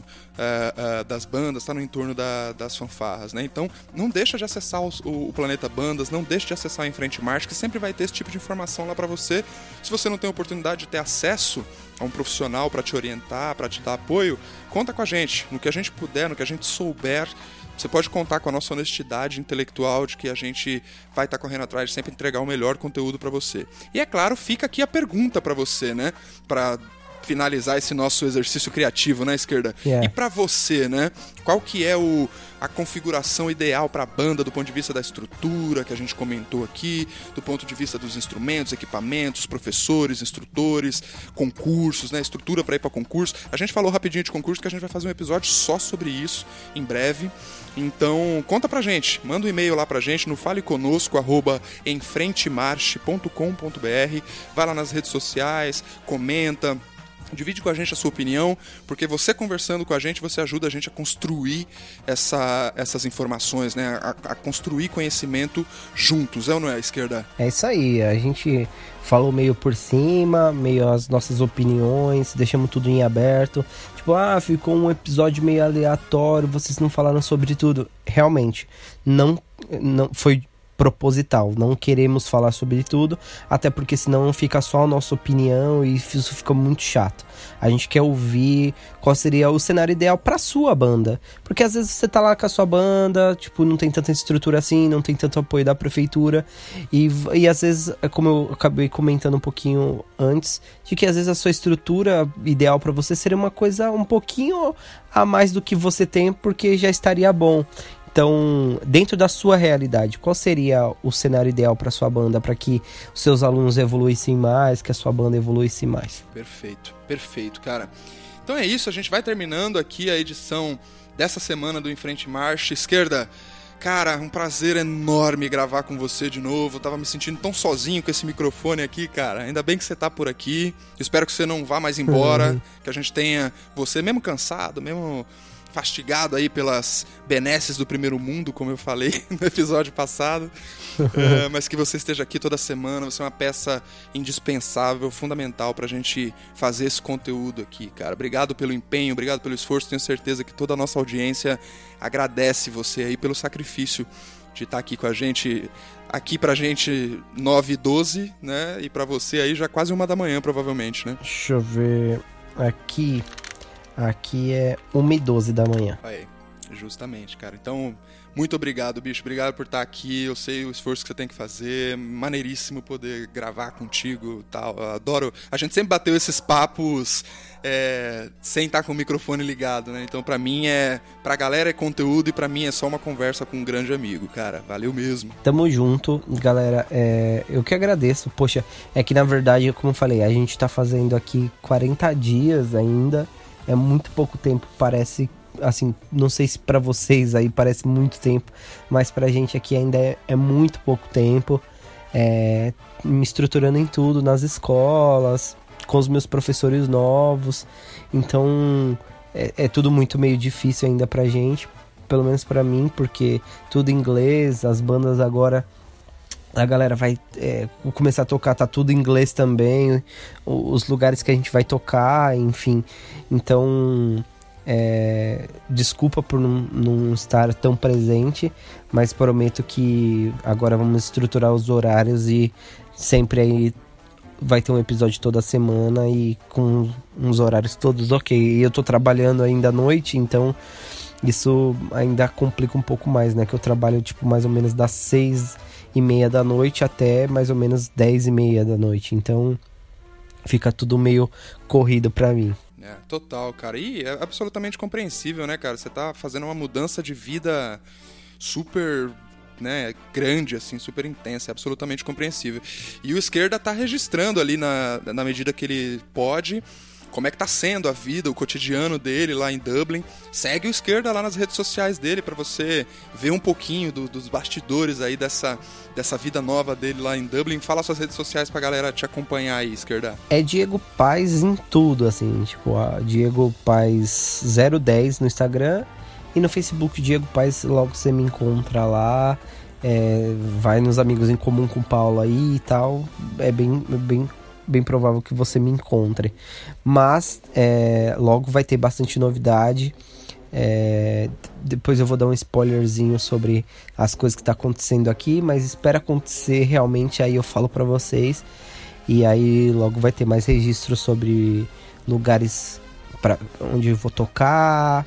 A: das bandas, está no entorno das fanfarras. Né? Então, não deixa de acessar o Planeta Bandas, não deixa de acessar o Em Frente Marcha, que sempre vai ter esse tipo de informação lá para você. Se você não tem a oportunidade de ter acesso a um profissional para te orientar, para te dar apoio, conta com a gente, no que a gente puder, no que a gente souber. Você pode contar com a nossa honestidade intelectual de que a gente vai estar correndo atrás de sempre entregar o melhor conteúdo para você. E é claro, fica aqui a pergunta para você, né? Para finalizar esse nosso exercício criativo, né, Esquerda?
B: Yeah.
A: E para você, né? Qual que é a configuração ideal para a banda do ponto de vista da estrutura que a gente comentou aqui, do ponto de vista dos instrumentos, equipamentos, professores, instrutores, concursos, né? Estrutura para ir para concurso. A gente falou rapidinho de concurso, que a gente vai fazer um episódio só sobre isso em breve. Então, conta pra gente, manda um e-mail lá pra gente no faleconosco@emfrentemarche.com.br, vai lá nas redes sociais, comenta, divide com a gente a sua opinião, porque você conversando com a gente, você ajuda a gente a construir essas informações, né? A construir conhecimento juntos, é ou não é, Esquerda?
B: É isso aí, a gente falou meio por cima, meio as nossas opiniões, deixamos tudo em aberto. Tipo, ficou um episódio meio aleatório, vocês não falaram sobre tudo. Realmente, não foi proposital, não queremos falar sobre tudo, até porque senão fica só a nossa opinião e isso fica muito chato. A gente quer ouvir qual seria o cenário ideal pra sua banda, porque às vezes você tá lá com a sua banda, tipo, não tem tanta estrutura assim, não tem tanto apoio da prefeitura, e às vezes, como eu acabei comentando um pouquinho antes, de que às vezes a sua estrutura ideal pra você seria uma coisa um pouquinho a mais do que você tem, porque já estaria bom. Então, dentro da sua realidade, qual seria o cenário ideal para sua banda, para que os seus alunos evoluíssem mais, que a sua banda evoluísse mais?
A: Perfeito, cara. Então é isso, a gente vai terminando aqui a edição dessa semana do Em Frente Marcha. Esquerda, cara, um prazer enorme gravar com você de novo. Eu tava me sentindo tão sozinho com esse microfone aqui, cara. Ainda bem que você tá por aqui. Eu espero que você não vá mais embora, que a gente tenha você mesmo cansado, mesmo fastigado aí pelas benesses do primeiro mundo, como eu falei no episódio passado, mas que você esteja aqui toda semana. Você é uma peça indispensável, fundamental pra gente fazer esse conteúdo aqui, cara. Obrigado pelo empenho, obrigado pelo esforço. Tenho certeza que toda a nossa audiência agradece você aí pelo sacrifício de estar aqui com a gente. Aqui pra gente 9h12, né? E pra você aí já quase 1 da manhã, provavelmente, né?
B: Deixa eu ver. Aqui é 1h12 da manhã.
A: Aí, justamente, cara. Então, muito obrigado, bicho. Obrigado por estar aqui. Eu sei o esforço que você tem que fazer. Maneiríssimo poder gravar contigo e tal. Eu adoro. A gente sempre bateu esses papos sem estar com o microfone ligado, né? Então, pra mim, pra galera é conteúdo e pra mim é só uma conversa com um grande amigo, cara. Valeu mesmo.
B: Tamo junto, galera. Eu que agradeço. Poxa, é que na verdade, como eu falei, a gente tá fazendo aqui 40 dias ainda. É muito pouco tempo, parece, assim, não sei se pra vocês aí parece muito tempo, mas pra gente aqui ainda é muito pouco tempo, me estruturando em tudo, nas escolas, com os meus professores novos, então é tudo muito meio difícil ainda pra gente, pelo menos pra mim, porque tudo em inglês, as bandas agora... A galera vai começar a tocar, tá tudo em inglês também, os lugares que a gente vai tocar, enfim. Então, desculpa por não estar tão presente, mas prometo que agora vamos estruturar os horários e sempre aí vai ter um episódio toda semana e com uns horários todos ok. E eu tô trabalhando ainda à noite, então isso ainda complica um pouco mais, né? Que eu trabalho tipo mais ou menos das 6h30 da noite até mais ou menos 10h30 da noite. Então fica tudo meio corrido pra mim.
A: Total, cara. E é absolutamente compreensível, né, cara? Você tá fazendo uma mudança de vida super, né, grande, assim, super intensa. É absolutamente compreensível. E o Esquerda tá registrando ali na medida que ele pode... Como é que tá sendo a vida, o cotidiano dele lá em Dublin. Segue o Esquerda lá nas redes sociais dele pra você ver um pouquinho dos bastidores aí dessa vida nova dele lá em Dublin. Fala suas redes sociais pra galera te acompanhar aí, Esquerda.
B: É Diego Paes em tudo, assim, tipo, Diego Paes 010 no Instagram e no Facebook Diego Paes, logo você me encontra lá. Vai nos Amigos em Comum com o Paulo aí e tal. É bem provável que você me encontre, mas logo vai ter bastante novidade. Depois eu vou dar um spoilerzinho sobre as coisas que tá acontecendo aqui, mas espera acontecer realmente, aí eu falo pra vocês, e aí logo vai ter mais registros sobre lugares onde eu vou tocar,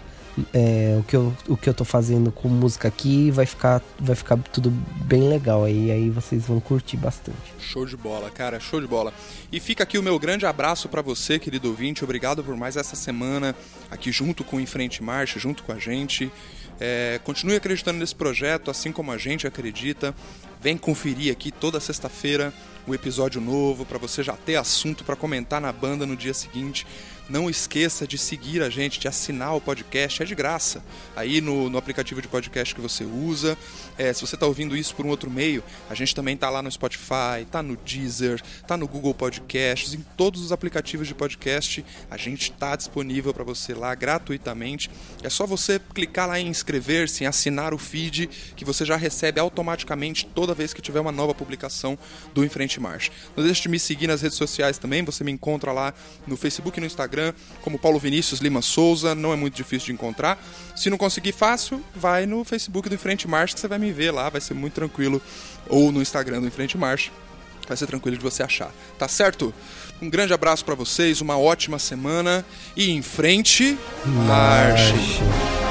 B: o que eu tô fazendo com música aqui. Vai ficar tudo bem legal aí vocês vão curtir bastante.
A: Show de bola, cara, show de bola. E fica aqui o meu grande abraço pra você, querido ouvinte. Obrigado por mais essa semana aqui junto com o Em Frente Marcha, junto com a gente. Continue acreditando nesse projeto, assim como a gente acredita. Vem conferir aqui toda sexta-feira o episódio novo, pra você já ter assunto pra comentar na banda no dia seguinte. Não esqueça de seguir a gente, de assinar o podcast, é de graça, aí no aplicativo de podcast que você usa. Se você está ouvindo isso por um outro meio, a gente também está lá no Spotify, está no Deezer, está no Google Podcasts, em todos os aplicativos de podcast, a gente está disponível para você lá gratuitamente. É só você clicar lá em inscrever-se, em assinar o feed, que você já recebe automaticamente toda vez que tiver uma nova publicação do Em Frente Marcha. Não deixe de me seguir nas redes sociais também, você me encontra lá no Facebook e no Instagram, como Paulo Vinícius Lima Souza, não é muito difícil de encontrar. Se não conseguir fácil, vai no Facebook do Em Frente Marcha que você vai me ver lá, vai ser muito tranquilo, ou no Instagram do Em Frente Marcha, vai ser tranquilo de você achar, tá certo? Um grande abraço pra vocês, uma ótima semana e em frente marche!